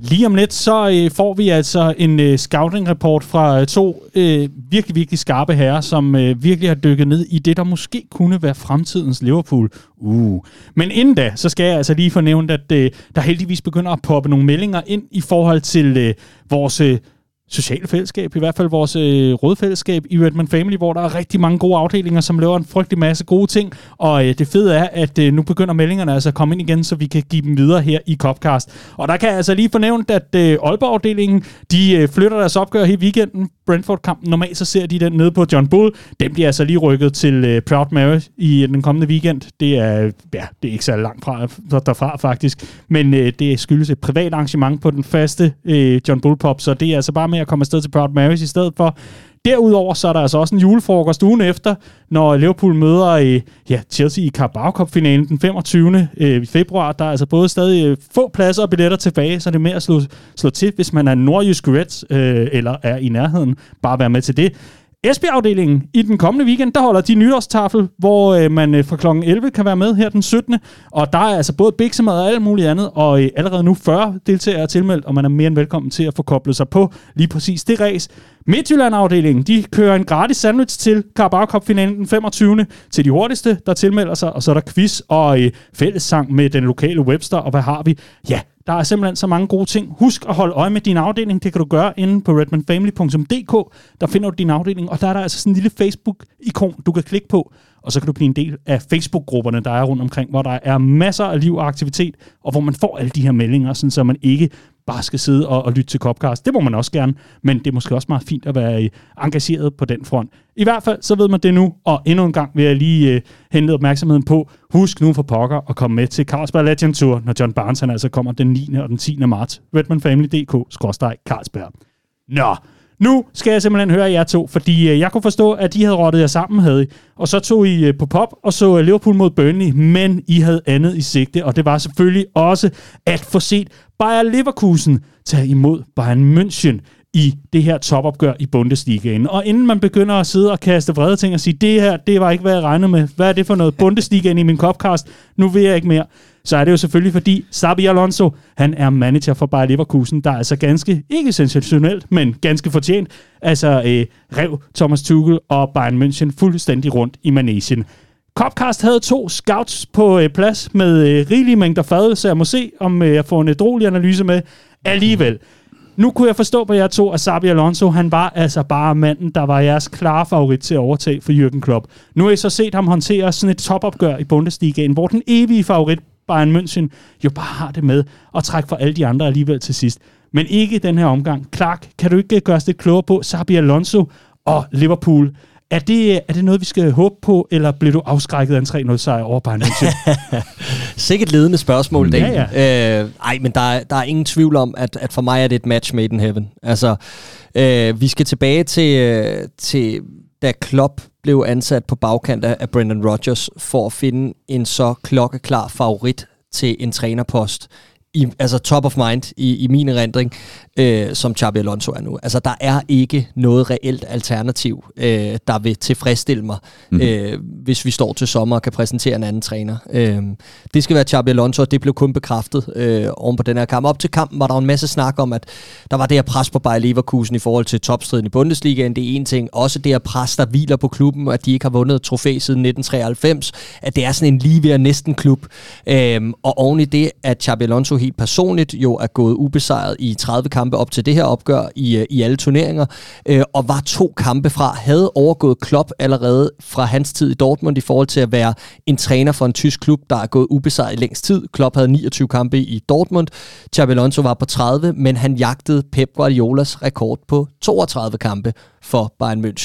Lige om lidt, så øh, får vi altså en øh, scouting-rapport fra øh, to øh, virkelig, virkelig skarpe herrer, som øh, virkelig har dykket ned i det, der måske kunne være fremtidens Liverpool. Uh. Men inden da, så skal jeg altså lige fornævne, at øh, der heldigvis begynder at poppe nogle meldinger ind i forhold til øh, vores øh, sociale fællesskab, i hvert fald vores øh, rådfællesskab i Redman Family, hvor der er rigtig mange gode afdelinger, som laver en frygtelig masse gode ting, og øh, det fede er, at øh, nu begynder meldingerne altså at komme ind igen, så vi kan give dem videre her i Copcast. Og der kan jeg altså lige fornævne, at øh, Aalborg-afdelingen, de øh, flytter deres opgør hele weekenden. Brentford-kampen, normalt så ser de den nede på John Bull. Dem bliver altså lige rykket til øh, Proud Mary i den kommende weekend. Det er, ja, det er ikke så langt fra, derfra faktisk, men øh, det skyldes et privat arrangement på den faste øh, John Bull Pop, så det er altså bare med at komme afsted til Proud Marys i stedet for. Derudover så er der altså også en julefrokost ugen efter, når Liverpool møder øh, ja, Chelsea i Carabao Cup-finalen den femogtyvende Øh, februar. Der er altså både stadig øh, få pladser og billetter tilbage, så det er med at slå, slå til, hvis man er nordjysk Reds øh, eller er i nærheden. Bare være med til det. Esbjerg-afdelingen i den kommende weekend, der holder de nytårstafel, hvor øh, man øh, fra klokken elleve kan være med her den syttende Og der er altså både biksemad og alt muligt andet, og øh, allerede nu fyrre deltagere er tilmeldt, og man er mere end velkommen til at få koblet sig på lige præcis det race. Midtjylland-afdelingen, de kører en gratis sandwich til Carabao Cup-finalen den femogtyvende til de hurtigste, der tilmelder sig, og så er der quiz og øh, fællessang med den lokale Webster, og hvad har vi? Ja, der er simpelthen så mange gode ting. Husk at holde øje med din afdeling. Det kan du gøre inde på redman family punktum d k. Der finder du din afdeling, og der er der altså sådan en lille Facebook-ikon, du kan klikke på, og så kan du blive en del af Facebook-grupperne, der er rundt omkring, hvor der er masser af liv og aktivitet, og hvor man får alle de her meldinger, sådan, så man ikke bare skal sidde og, og lytte til Copcast. Det må man også gerne, men det er måske også meget fint at være engageret på den front. I hvert fald, så ved man det nu, og endnu en gang vil jeg lige øh, henlede opmærksomheden på, husk nu for pokker at komme med til Carlsberg Legend Tour, når John Barnes han altså kommer den niende og den tiende marts. redman family punktum d k skråstreg Carlsberg. Nå, nu skal jeg simpelthen høre jer to, fordi øh, jeg kunne forstå, at I havde rottet jer sammen, havde I. Og så tog I øh, på pop og så øh, Liverpool mod Burnley, men I havde andet i sigte, og det var selvfølgelig også at få set Bayer Leverkusen tage imod Bayern München i det her topopgør i Bundesligaen. Og inden man begynder at sidde og kaste vrede ting og sige, det her, det var ikke, hvad jeg regnede med. Hvad er det for noget Bundesligaen i min Copcast? Nu vil jeg ikke mere. Så er det jo selvfølgelig, fordi Xabi Alonso, han er manager for Bayer Leverkusen, der er altså ganske, ikke sensationelt, men ganske fortjent, altså øh, rev Thomas Tuchel og Bayern München fuldstændig rundt i managen. Copcast havde to scouts på øh, plads med øh, rigelige mængder fad, så jeg må se, om øh, jeg får en ædrolig analyse med alligevel. Nu kunne jeg forstå på jer to, at Xabi Alonso, han var altså bare manden, der var jeres klare favorit til at overtage for Jürgen Klopp. Nu har I så set ham håndtere sådan et topopgør i Bundesligaen, hvor den evige favorit, Bayern München, jo bare har det med at trække for alle de andre alligevel til sidst. Men ikke den her omgang. Clark, kan du ikke gøre os lidt klogere på Xabi Alonso og Liverpool? Er det, er det noget, vi skal håbe på, eller bliver du afskrækket af en tre nul sejr over Bayern München?
Sikkert ledende spørgsmål, Dan.
Ja, ja.
Øh, ej, men der er, der er ingen tvivl om, at, at for mig er det et match made in heaven. Altså, øh, vi skal tilbage til, øh, til da Klopp blev ansat på bagkant af Brendan Rodgers for at finde en så klokkeklar favorit til en trænerpost. I, altså top of mind i, i min erindring, øh, som Xabi Alonso er nu. Altså, der er ikke noget reelt alternativ, øh, der vil tilfredsstille mig, mm-hmm. øh, hvis vi står til sommer og kan præsentere en anden træner. Øh, det skal være Xabi Alonso, og det blev kun bekræftet øh, oven på den her kamp. Op til kampen var der en masse snak om, at der var det her pres på Bayer Leverkusen i forhold til topstriden i Bundesligaen. Det er en ting. Også det her pres, der hviler på klubben, at de ikke har vundet et trofæ siden nitten treoghalvfems. At det er sådan en lige ved at næsten klub. Øh, og oven i det, at Xabi Alonso helt personligt jo er gået ubesejret i tredive kampe op til det her opgør i, i alle turneringer, øh, og var to kampe fra, havde overgået Klopp allerede fra hans tid i Dortmund i forhold til at være en træner for en tysk klub, der er gået ubesejret i længst tid. Klopp havde niogtyve kampe i Dortmund, Xabi Alonso var på tredive, men han jagtede Pep Guardiolas rekord på toogtredive kampe for Bayern München.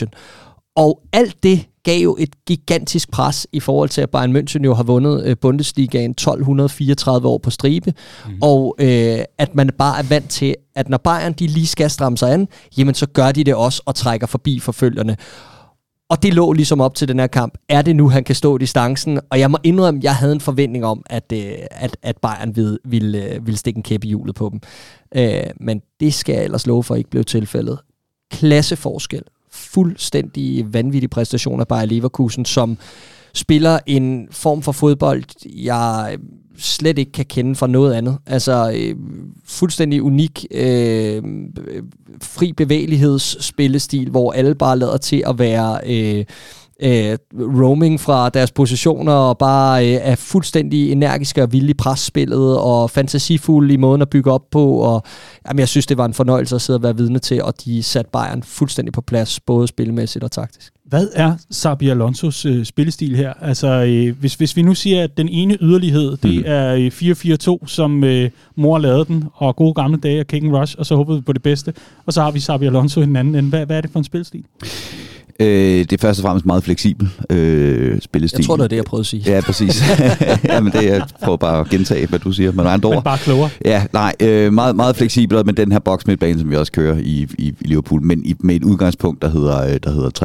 Og alt det gav jo et gigantisk pres i forhold til, at Bayern München jo har vundet øh, Bundesligaen tolv fireogtredive år på stribe, mm. og øh, at man bare er vant til, at når Bayern de lige skal stramme sig an, jamen så gør de det også og trækker forbi forfølgerne. Og det lå ligesom op til den her kamp. Er det nu, han kan stå distancen? Og jeg må indrømme, at jeg havde en forventning om, at, øh, at, at Bayern ville, ville, ville stikke en kæp i hjulet på dem. Øh, men det skal jeg ellers love for ikke blev tilfældet. Klasseforskel. Fuldstændig vanvittig præstation af Bayer Leverkusen, som spiller en form for fodbold, jeg slet ikke kan kende fra noget andet. Altså øh, fuldstændig unik øh, fri bevægelighedsspillestil, hvor alle bare lader til at være øh, øh, roaming fra deres positioner og bare øh, er fuldstændig energiske og vilde i presspillet og fantasifulde i måden at bygge op på. Og jamen, jeg synes, det var en fornøjelse at sidde og være vidne til, og de satte Bayern fuldstændig på plads, både spillemæssigt og taktisk.
Hvad er Xabi Alonsos øh, spillestil her? Altså, øh, hvis, hvis vi nu siger, at den ene yderlighed, det mm. er øh, fire fire to, som øh, mor lavede den, og gode gamle dage og Kick and Rush, og så håbede vi på det bedste, og så har vi Xabi Alonso i den anden ende. Hvad, hvad er det for en spillestil?
Øh, det er først og fremmest meget fleksibel øh, spillestil.
Jeg tror, det er det, jeg prøvede at sige.
Ja, præcis. Jamen, det er, jeg prøver bare at gentage, hvad du siger. Men, andre
men bare klogere.
Ja, nej, øh, meget, meget fleksibel med den her boks midtbane, som vi også kører i, i, i Liverpool, men i, med et udgangspunkt, der hedder, der hedder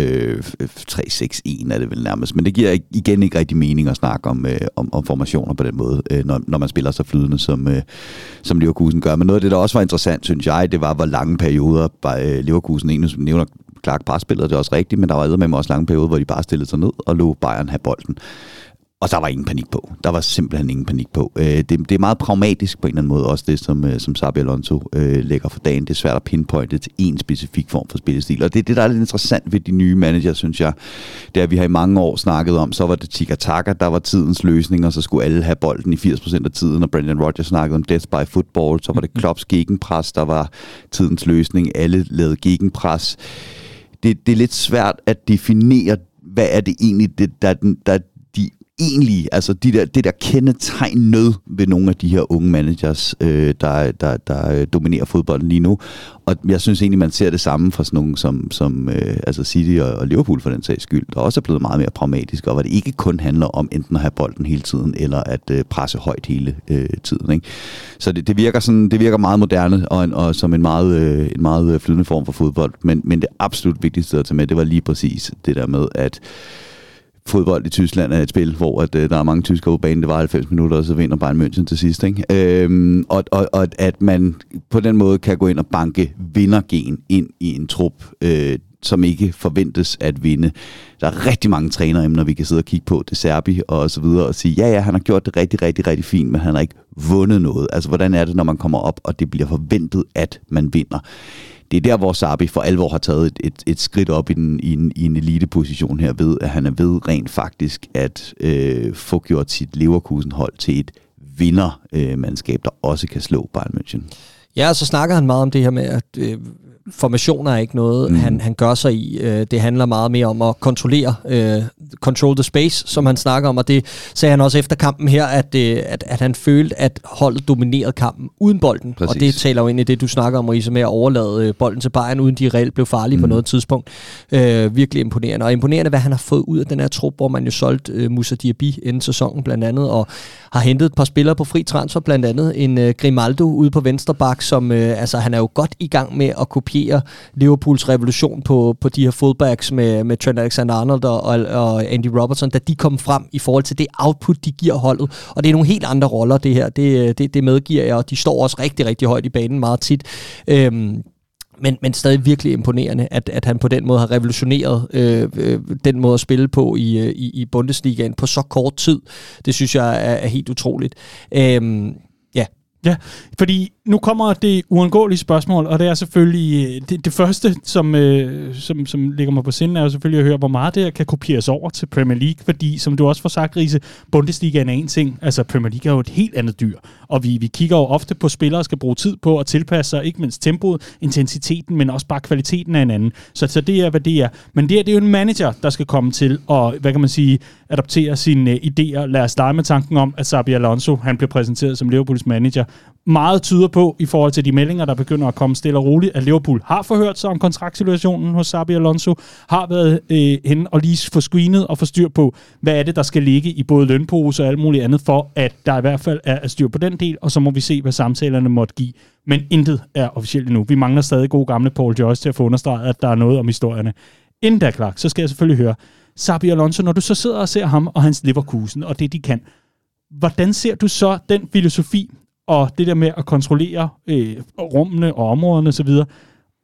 tre seks en, er det vel nærmest. Men det giver igen ikke rigtig mening at snakke om, øh, om, om formationer på den måde, øh, når, når man spiller så flydende, som, øh, som Leverkusen gør. Men noget af det, der også var interessant, synes jeg, det var, hvor lange perioder øh, Leverkusen egentlig nævner. Clark presspillet, det er også rigtigt, men der var med også lange perioder, hvor de bare stillede sig ned og lå Bayern have bolden. Og der var ingen panik på. Der var simpelthen ingen panik på. Det, det er meget pragmatisk på en eller anden måde, også det, som, som Xabi Alonso øh, lægger for dagen. Det er svært at pinpointe til en specifik form for spillestil. Og det er det, der er lidt interessant ved de nye manager, synes jeg. Det er, vi har i mange år snakket om, så var det tiki-taka, der var tidens løsning, og så skulle alle have bolden i firs procent af tiden, og Brendan Rodgers snakkede om death by football, så var det Klopps gegenpres, der var tidens løsning. Alle lavede gegenpres. Det, det er lidt svært at definere, hvad er det egentlig, det, der, der de egentlige, altså de der, det der kendetegn nød ved nogle af de her unge managers, øh, der, der, der dominerer fodbolden lige nu. Og jeg synes egentlig, man ser det samme fra sådan nogle som, som øh, altså City og, og Liverpool for den sags skyld, der også er blevet meget mere pragmatisk, og hvor det ikke kun handler om enten at have bolden hele tiden, eller at øh, presse højt hele øh, tiden. Ikke? Så det, det, virker sådan, det virker meget moderne, og, en, og som en meget, øh, en meget flydende form for fodbold. Men, men det absolut vigtigste at tage med, det var lige præcis det der med, at fodbold i Tyskland er et spil, hvor at, øh, der er mange tyskere på banen, det var halvfems minutter, og så vinder Bayern München til sidst. Ikke? Øhm, og, og, og at man på den måde kan gå ind og banke vindergen ind i en trup, øh, som ikke forventes at vinde. Der er rigtig mange træneremner, vi kan sidde og kigge på, det Serbi og så videre, og sige, ja, ja, han har gjort det rigtig, rigtig, rigtig fint, men han har ikke vundet noget. Altså, hvordan er det, når man kommer op, og det bliver forventet, at man vinder? Det er der, hvor Xabi for alvor har taget et, et, et skridt op i, den, i, en, i en eliteposition her, ved at han er ved rent faktisk at øh, få gjort sit Leverkusen-hold til et vindermandskab, der også kan slå Bayern München.
Ja, så snakker han meget om det her med, at øh, formationer er ikke noget, mm. han, han gør sig i. Øh, det handler meget mere om at kontrollere, øh, control the space, som han snakker om, og det sagde han også efter kampen her, at, øh, at, at han følte, at holdet dominerede kampen uden bolden. Præcis. Og det taler jo ind i det, du snakker om, Riese, med at overlade øh, bolden til Bayern, uden de reelt blev farlige mm. på noget tidspunkt. Øh, virkelig imponerende. Og imponerende, hvad han har fået ud af den her trup, hvor man jo solgte øh, Moussa Diaby inden sæsonen blandt andet, og har hentet et par spillere på fri transfer, blandt andet en øh, Grimaldo ude på venstre bak, som øh, altså han er jo godt i gang med at kopiere Liverpools revolution på, på de her fullbacks med, med Trent Alexander-Arnold og, og Andy Robertson, da de kom frem i forhold til det output, de giver holdet. Og det er nogle helt andre roller, det her. Det, det, det medgiver jeg, og de står også rigtig, rigtig højt i banen meget tit. Øhm, Men, men stadig virkelig imponerende, at, at han på den måde har revolutioneret øh, øh, den måde at spille på i, i, i Bundesligaen på så kort tid. Det synes jeg er, er helt utroligt. Øhm, ja.
Ja, fordi nu kommer det uundgåelige spørgsmål, og det er selvfølgelig det, det første, som, øh, som, som ligger mig på sinden, er jo selvfølgelig at høre, hvor meget det her kan kopieres over til Premier League, fordi som du også får sagt, Riese, Bundesligaen er en ting, altså Premier League er jo et helt andet dyr, og vi, vi kigger jo ofte på spillere, der skal bruge tid på at tilpasse sig, ikke mindst tempoet, intensiteten, men også bare kvaliteten af en anden. Så, så det er, hvad det er. Men det er, det er jo en manager, der skal komme til at, hvad kan man sige, adoptere sine uh, idéer. Lad os lege med tanken om, at Xabi Alonso, han bliver præsenteret som Liverpools manager. Meget tyder på, i forhold til de meldinger, der begynder at komme stille og roligt, at Liverpool har forhørt sig om kontraktsituationen hos Xabi Alonso, har været øh, henne og lige få screenet og få styr på, hvad er det, der skal ligge i både lønpose og alt muligt andet, for at der i hvert fald er styr på den del, og så må vi se, hvad samtalerne måtte give. Men intet er officielt endnu. Vi mangler stadig gode gamle Paul Joyce til at få understreget, at der er noget om historierne. Inden da, Clark, så skal jeg selvfølgelig høre, Xabi Alonso, når du så sidder og ser ham og hans Leverkusen, og det de kan, hvordan ser du så den filosofi, og det der med at kontrollere øh, rummene og områderne osv.,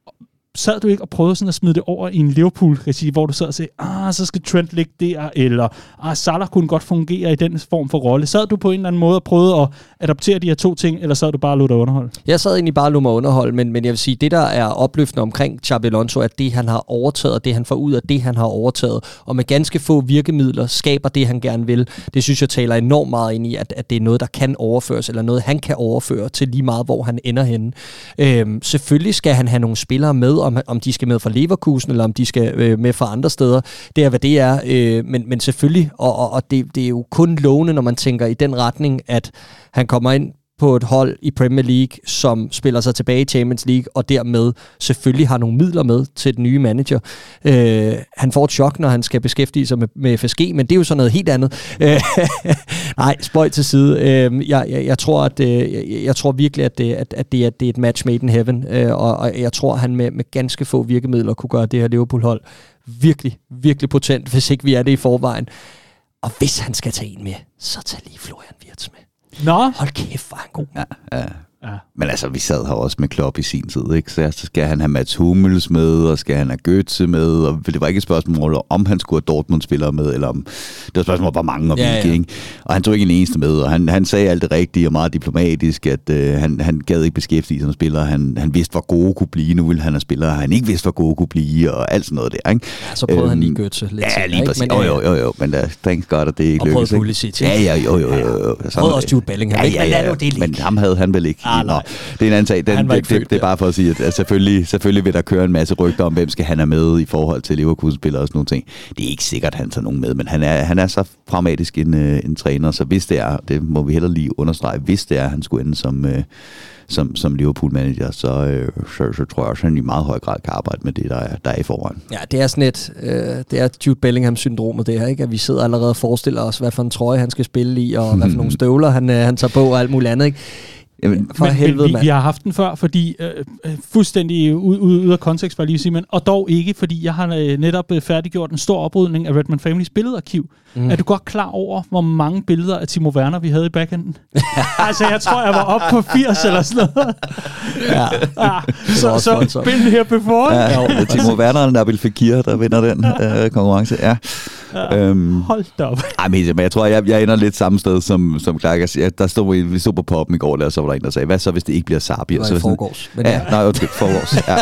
sad du ikke og prøvede sådan at smide det over i en Liverpool-regi, hvor du sad og sagde, ah, så skal Trent ligge der, eller ah, Salah kunne godt fungere i den form for rolle. Sad du på en eller anden måde og prøvede at adoptere de her to ting, eller sad du bare og lod dig underholde?
Jeg sad egentlig bare og lod mig underholde, men, men jeg vil sige, det der er opløftende omkring Xabi Alonso, at det han har overtaget, det han får ud af det han har overtaget, og med ganske få virkemidler skaber det han gerne vil. Det synes jeg taler enormt meget ind i, at, at det er noget, der kan overføres, eller noget han kan overføre til lige meget, hvor han ender henne. Øhm, selvfølgelig skal han have nogle spillere med, om, om de skal med fra Leverkusen, eller om de skal øh, med fra andre steder. Det er, hvad det er. Øh, men, men selvfølgelig, og, og, og det, det er jo kun lovende, når man tænker i den retning, at han kommer ind på et hold i Premier League, som spiller sig tilbage i Champions League, og dermed selvfølgelig har nogle midler med til den nye manager. Øh, han får et chok, når han skal beskæftige sig med, med F S G, men det er jo så noget helt andet. Øh, nej, spøj til side. Øh, jeg, jeg, jeg, tror, at, jeg, jeg tror virkelig, at det, at, at det, er, det er et match made in heaven, øh, og, og jeg tror, at han med, med ganske få virkemidler kunne gøre det her Liverpool-hold virkelig, virkelig potent, hvis ikke vi er det i forvejen. Og hvis han skal tage en med, så tag lige Florian Wirtz med.
Nå.
Hold kæft, var han god.
Ja, ja.
Ja.
Men altså, vi sad her også med Klopp i sin tid, ikke? Så skal han have Mats Hummels med, og skal han have Götze med, og det var ikke et spørgsmål om han skulle have Dortmund-spillere med, eller om det var et spørgsmål om, hvor mange og
ja,
hvilke,
ja.
ikke? Og han tog ikke en eneste med, og han, han sagde alt det rigtige og meget diplomatisk, at øh, han, han gad ikke beskæftige sig med spillere, han, han vidste, hvor gode kunne blive, nu ville han have spillere, han ikke vidste, hvor gode kunne blive, og alt sådan noget der, ikke?
Ja, så prøvede øhm, han lige Götze lidt.
Ja, lige præcis.
Men,
jo, jo, jo, jo, men uh, thanks God, at det ikke lykkedes.
Og prøvede Pulisic.
Ja, ja, jo, jo, jo. jo.
Og prøvede også Jude Bellingham.
Ja, ja, ja, ja. Men, men ham havde han vel ikke.
Ah, nej.
Det er en anden sag. Den, det, det, det er
der.
bare for at sige, at, at selvfølgelig, selvfølgelig vil der køre en masse rygter om, hvem skal han have med i forhold til Leverkusen-spillere og sådan nogle ting. Det er ikke sikkert, at han tager nogen med, men han er, han er så pragmatisk en, en træner, så hvis det er, det må vi heller lige understrege, hvis det er, at han skulle ende som, som, som Liverpool-manager, så, så, så tror jeg også, at han i meget høj grad kan arbejde med det, der er, der er i forvejen.
Ja, det er sådan et, øh, det er Jude Bellingham-syndromet, det her, ikke? At vi sidder allerede og forestiller os, hvad for en trøje han skal spille i, og hvad for nogle støvler han, han tager på, og alt muligt andet, ikke?
Jamen, for men, helvede, men vi, vi har haft den før, fordi øh, fuldstændig ud, ud, ud af kontekst, var lige at sige, men, og dog ikke, fordi jeg har øh, netop øh, færdiggjort en stor oprydning af Redman Families billedarkiv. Mm. Er du godt klar over, hvor mange billeder af Timo Werner vi havde i backenden? Altså, jeg tror, jeg var oppe på firs eller sådan noget.
Ja.
Ah, så så been here before.
Ja, ja, Timo Werner og Nabil Fekir, der vinder den øh, konkurrence. Ja.
Ja, øhm, hold da op.
Ej, men jeg tror, jeg, jeg ender lidt samme sted som, som Clark. Jeg, der stod, vi stod på poppen i går, der, så var der en, der sagde, hvad så, hvis det ikke bliver Sabi?
Det var i forgårs.
Ja, ja. Nej, okay, forgårs. Ja.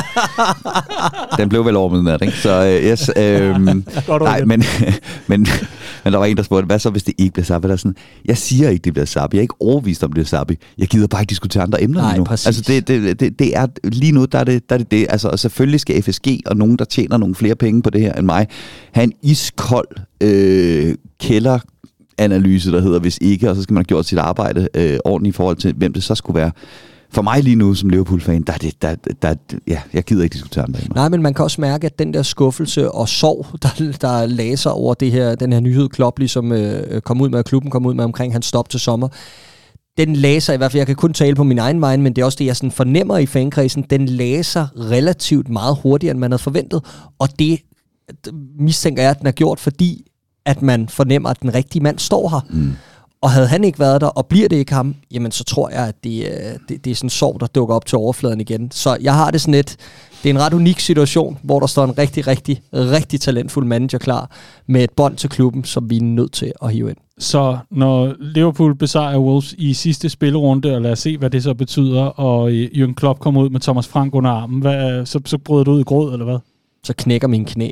Den blev vel over midnat, ikke? Så uh, yes. Øhm, nej, men, men, men der var en, der spurgte, hvad så, hvis det ikke bliver Sabi? Der sådan, jeg siger ikke, det bliver Sabi. Jeg er ikke overbevist om, det bliver Sabi. Jeg gider bare ikke diskutere andre emner
nej,
nu.
Præcis.
Altså, det, det, det, det er lige nu, der er det der er det, det. Altså, og selvfølgelig skal F S G og nogen, der tjener nogle flere penge på det her end mig, have en iskold øh, kælderanalyse, der hedder, hvis ikke, og så skal man have gjort sit arbejde øh, ordentligt i forhold til, hvem det så skulle være. For mig lige nu som Liverpool-fan, der er det, der, der, ja, jeg gider ikke diskutere andre.
Nej, men man kan også mærke, at den der skuffelse og sorg, der, der læser over det her, den her nyhed, Klopp ligesom øh, kom ud med, klubben kom ud med omkring hans stop til sommer, den læser, i hvert fald, jeg kan kun tale på min egen vej, men det er også det, jeg sådan fornemmer i fankredsen, den læser relativt meget hurtigere, end man havde forventet, og det mistænker jeg, at den er gjort, fordi at man fornemmer, at den rigtige mand står her. Mm. Og havde han ikke været der, og bliver det ikke ham, jamen så tror jeg, at det, det, det er sådan en sorg, der dukker op til overfladen igen. Så jeg har det sådan et, det er en ret unik situation, hvor der står en rigtig, rigtig, rigtig talentfuld manager klar med et bånd til klubben, som vi er nødt til at hive ind.
Så når Liverpool besejrer Wolves i sidste spillerunde, og lad os se, hvad det så betyder, og Jürgen Klopp kommer ud med Thomas Frank under armen, hvad, så, så bryder du ud i gråd, eller hvad?
Så knækker min knæ.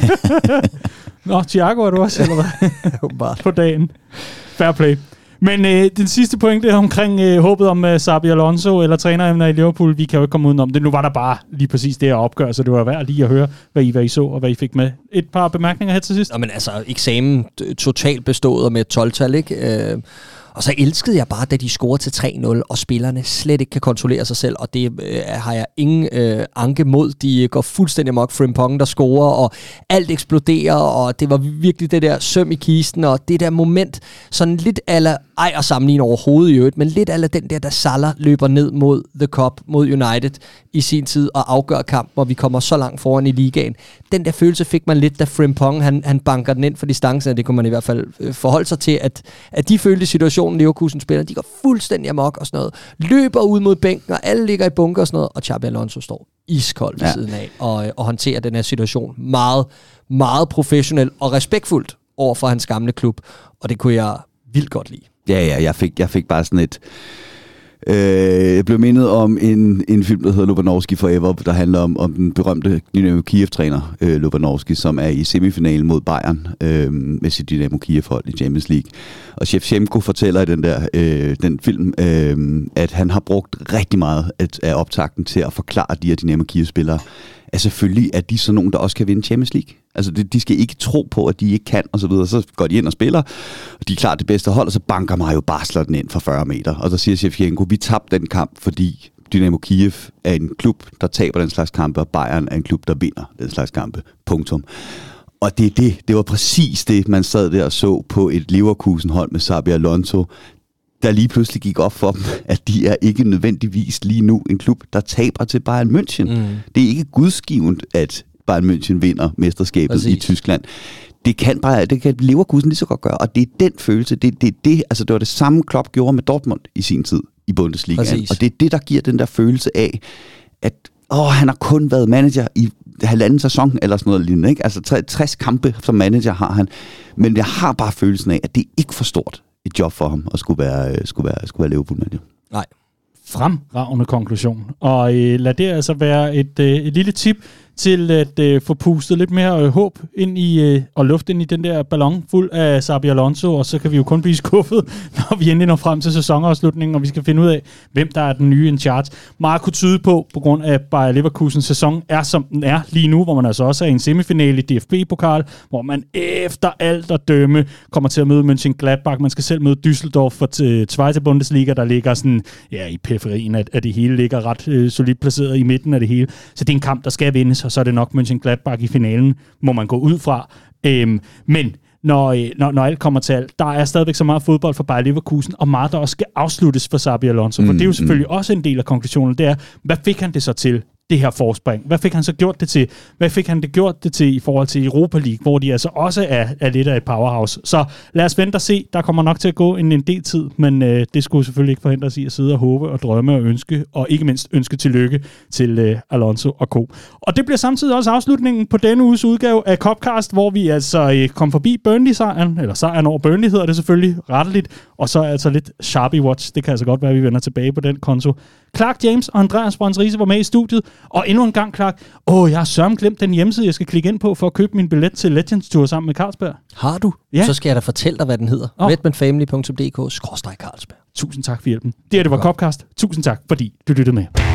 Nå, Thiago er du også, eller hvad? På dagen. Fair play. Men øh, den sidste pointe omkring øh, håbet om øh, Xabi Alonso eller træneremner i Liverpool, vi kan jo ikke komme udenom det. Nu var der bare lige præcis det her opgør, så det var værd lige at høre, hvad I, hvad I så og hvad I fik med. Et par bemærkninger her til sidst.
Nå, men altså, eksamen totalt bestået med et tolv-tal, ikke? Øh, og så elskede jeg bare, da de scorede til tre nul, og spillerne slet ikke kan kontrollere sig selv, og det øh, har jeg ingen øh, anke mod. De går fuldstændig amok. Frimpong, der scorer, og alt eksploderer, og det var virkelig det der søm i kisten, og det der moment, sådan lidt ala, ej at sammenligne overhovedet i øvrigt, men lidt ala den der, der Salah løber ned mod The Cup, mod United i sin tid, og afgør kampen, hvor vi kommer så langt foran i ligaen. Den der følelse fik man lidt, da Frimpong, han, han banker den ind for distancen, det kunne man i hvert fald forholde sig til, at, at de følte situationer situationen, Leverkusen spiller. De går fuldstændig amok og sådan noget. Løber ud mod bænken, og alle ligger i bunker og sådan noget. Og Xabi Alonso står iskold ved ja. siden af og, og håndterer den her situation meget, meget professionelt og respektfuldt over for hans gamle klub. Og det kunne jeg vildt godt lide.
Ja, ja, jeg fik, jeg fik bare sådan et... Øh, jeg blev mindet om en, en film, der hedder Lobanovski Forever, der handler om, om den berømte Dynamo Kiev-træner, øh, Lobanovski, som er i semifinalen mod Bayern øh, med sit Dynamo Kiev-hold i Champions League. Og Shevchenko fortæller i den der øh, den film, øh, at han har brugt rigtig meget at, af optakten til at forklare de her Dynamo Kiev-spillere, at selvfølgelig er de sådan nogen, der også kan vinde Champions League. Altså, de, de skal ikke tro på, at de ikke kan, og så videre. Så går de ind og spiller, og de er klart det bedste hold, og så banker Mario Basler den ind for fyrre meter. Og så siger Shevchenko, vi tabte den kamp, fordi Dynamo Kiev er en klub, der taber den slags kampe, og Bayern er en klub, der vinder den slags kampe. Punktum. Og det er det. Det var præcis det, man sad der og så på et Leverkusen-hold med Xabi Alonso, der lige pludselig gik op for dem, at de er ikke nødvendigvis lige nu en klub, der taber til Bayern München. Mm. Det er ikke gudsgivent, at Bayern München vinder mesterskabet Præcis. i Tyskland. Det kan bare, det kan Leverkusen lige så godt gøre, og det er den følelse, det, det, det, altså det var det samme Klopp gjorde med Dortmund i sin tid i Bundesligaen, Præcis. og det er det, der giver den der følelse af, at åh, han har kun været manager i halvanden sæson, eller sådan noget lignende, ikke? Altså tres kampe som manager har han, men jeg har bare følelsen af, at det er ikke for stort et job for ham at skulle være, skulle være, skulle være Liverpool-manager.
Nej.
Fremragende konklusion. Og øh, lad det altså være et, øh, et lille tip til at øh, få pustet lidt mere øh, håb ind i, øh, og luft ind i den der ballon fuld af Xabi Alonso, og så kan vi jo kun blive skuffet, når vi endelig når frem til sæsonafslutningen, og vi skal finde ud af, hvem der er den nye in charge. Meget kunne tyde på, på grund af Bayer Leverkusens sæson er, som den er lige nu, hvor man altså også er i en semifinale i D F B-pokal, hvor man efter alt at dømme kommer til at møde Mönchengladbach. Man skal selv møde Düsseldorf for Zweite Bundesliga, der ligger sådan, ja, i periferien af, af det hele, ligger ret øh, solidt placeret i midten af det hele. Så det er en kamp, der skal vindes, og så er det nok Mönchengladbach i finalen, må man gå ud fra. Øhm, men når, når, når alt kommer til alt, der er stadigvæk så meget fodbold for Bayer Leverkusen, og meget, der også skal afsluttes for Xabi Alonso. For mm, det er jo selvfølgelig mm. også en del af konklusionen, det er, hvad fik han det så til, det her forspring? Hvad fik han så gjort det til? Hvad fik han det gjort det til i forhold til Europa League, hvor de altså også er, er lidt af et powerhouse? Så lad os vente og se. Der kommer nok til at gå en, en del tid, men øh, det skulle selvfølgelig ikke forhindre os i at sidde og håbe og drømme og ønske, og ikke mindst ønske tillykke til øh, Alonso og co. Og det bliver samtidig også afslutningen på denne uges udgave af Copcast, hvor vi altså øh, kom forbi Burnley-sejren, eller sejren over Burnley hedder det selvfølgelig retteligt, og så altså lidt Sharpie Watch. Det kan altså godt være, at vi vender tilbage på den konto. Clark James og Andreas Brøns Riise var med i studiet, og endnu en gang, Clark, åh, jeg har sørme glemt den hjemmeside, jeg skal klikke ind på for at købe min billet til Legends Tour sammen med Carlsberg.
Har du?
Ja.
Så skal jeg da fortælle dig, hvad den hedder. Oh. redmanfamily punktum d k skråstreg Carlsberg.
Tusind tak for hjælpen. Det her, det var Copcast. Tusind tak, fordi du lyttede med.